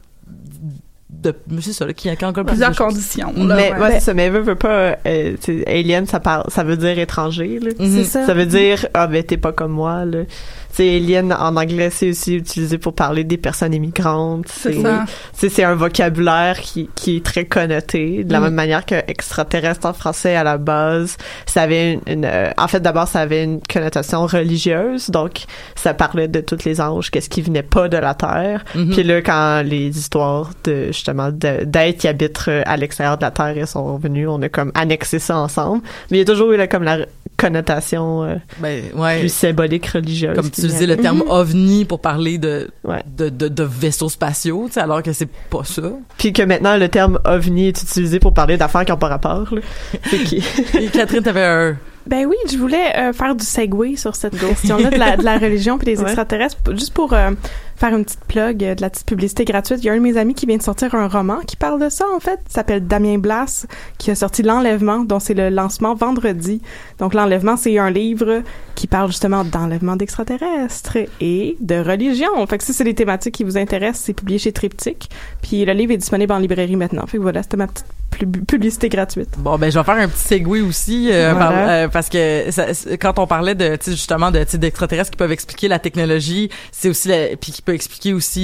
c'est ça là, qui englobe plusieurs conditions là, mais c'est ça, mais veut pas alien, ça veut dire étranger là. C'est ça. Ça veut dire ben t'es pas comme moi là. C'est alien en anglais, c'est aussi utilisé pour parler des personnes immigrantes. C'est un vocabulaire qui est très connoté de la même manière que extraterrestre en français à la base, ça avait en fait d'abord ça avait une connotation religieuse, donc ça parlait de tous les anges, qu'est-ce qui venait pas de la terre. Puis là quand les histoires de justement d'êtres qui habitent à l'extérieur de la terre ils sont revenus, on a comme annexé ça ensemble, mais il y a toujours eu là comme la connotation plus symbolique religieuse. Comme tu disais le terme ovni pour parler de vaisseaux spatiaux, tu sais, alors que c'est pas ça. Puis que maintenant le terme ovni est utilisé pour parler d'affaires qui ont pas rapport. Là. Et Catherine, t'avais un... Ben oui, je voulais faire du segue sur cette question-là de la religion puis des extraterrestres, juste pour faire une petite plug, de la petite publicité gratuite. Il y a un de mes amis qui vient de sortir un roman qui parle de ça, en fait. Il s'appelle Damien Blas, qui a sorti L'Enlèvement, dont c'est le lancement vendredi. Donc, L'Enlèvement, c'est un livre qui parle justement d'enlèvement d'extraterrestres et de religion. Fait que si c'est des thématiques qui vous intéressent, c'est publié chez Triptyque. Puis le livre est disponible en librairie maintenant. Fait que voilà, c'était ma petite publicité gratuite. Bon, ben je vais faire un petit segue aussi parce que quand on parlait de justement d'extraterrestres qui peuvent expliquer la technologie, c'est aussi puis qui peut expliquer aussi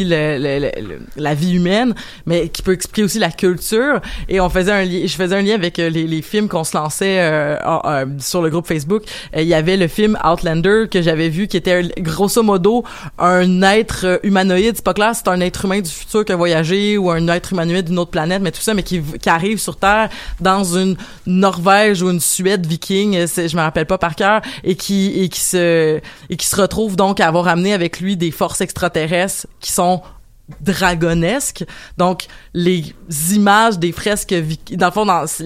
la vie humaine, mais qui peut expliquer aussi la culture. Et je faisais un lien avec les films qu'on se lançait sur le groupe Facebook. Il y avait le film Outlander que j'avais vu, qui était grosso modo un être humanoïde. C'est pas clair, c'est un être humain du futur qui a voyagé ou un être humanoïde d'une autre planète, mais tout ça, mais qui arrive sur Terre dans une Norvège ou une Suède viking, je me rappelle pas par cœur, et qui se retrouve donc à avoir amené avec lui des forces extraterrestres qui sont dragonesques. Donc les images des fresques dans le fond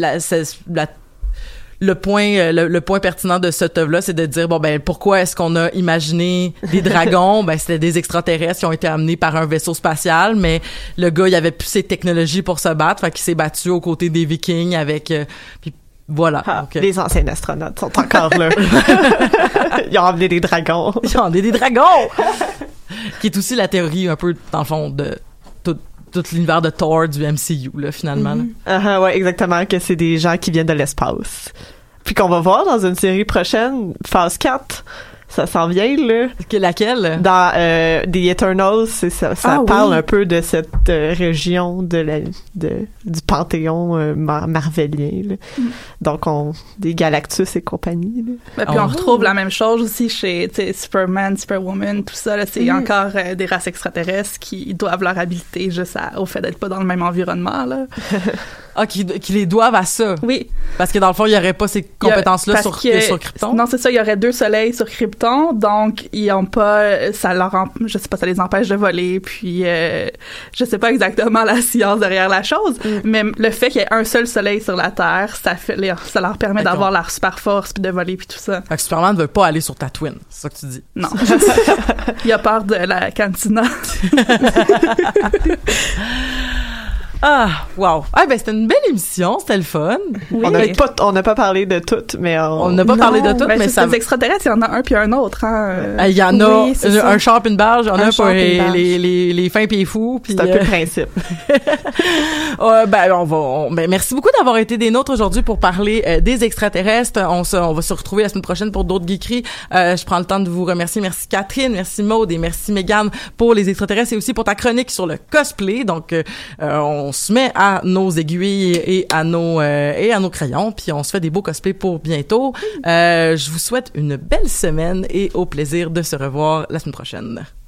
le point pertinent de cette œuvre-là, c'est de dire pourquoi est-ce qu'on a imaginé des dragons? C'était des extraterrestres qui ont été amenés par un vaisseau spatial, mais le gars, il avait plus ses technologies pour se battre, fait qu'il s'est battu aux côtés des Vikings avec puis voilà. Les anciens astronautes sont encore là. Ils ont amené des dragons. Qui est aussi la théorie un peu dans le fond de tout l'univers de Thor du MCU là finalement. Ouais, exactement, que c'est des gens qui viennent de l'espace. Puis qu'on va voir dans une série prochaine, phase 4. Ça s'en vient, là. Laquelle? Dans The Eternals, ça parle un peu de cette région du panthéon marvelien, là. Donc, des Galactus et compagnie, là. Puis on retrouve la même chose aussi chez Superman, Superwoman, tout ça, là. C'est encore des races extraterrestres qui doivent leur habilité juste au fait d'être pas dans le même environnement, là. Qui les doivent à ça. Oui. Parce que dans le fond, il y aurait pas ces compétences-là sur Krypton. Non, c'est ça, il y aurait 2 soleils sur Krypton, donc ils ont pas, ça les empêche de voler, puis je sais pas exactement la science derrière la chose, mais le fait qu'il y ait un seul soleil sur la Terre, ça leur permet d'avoir leur super force puis de voler puis tout ça. Fait que Superman ne veut pas aller sur Tatooine, c'est ça que tu dis. Non. Il a peur de la cantina. Ah, wow. C'était une belle émission, c'était le fun. Oui. On n'a pas parlé de toutes, mais on n'a pas parlé de toutes, mais ça. Les extraterrestres, il y en a un puis un autre, hein. Il y en a un sharp une barge, il y en a un pour les fins pieds fous, puis c'est un peu le principe. Merci beaucoup d'avoir été des nôtres aujourd'hui pour parler des extraterrestres. On va se retrouver la semaine prochaine pour d'autres geekeries. Je prends le temps de vous remercier. Merci Catherine, merci Maude et merci Mégane pour les extraterrestres et aussi pour ta chronique sur le cosplay. Donc on se met à nos aiguilles et à nos crayons, puis on se fait des beaux cosplays pour bientôt. Je vous souhaite une belle semaine et au plaisir de se revoir la semaine prochaine.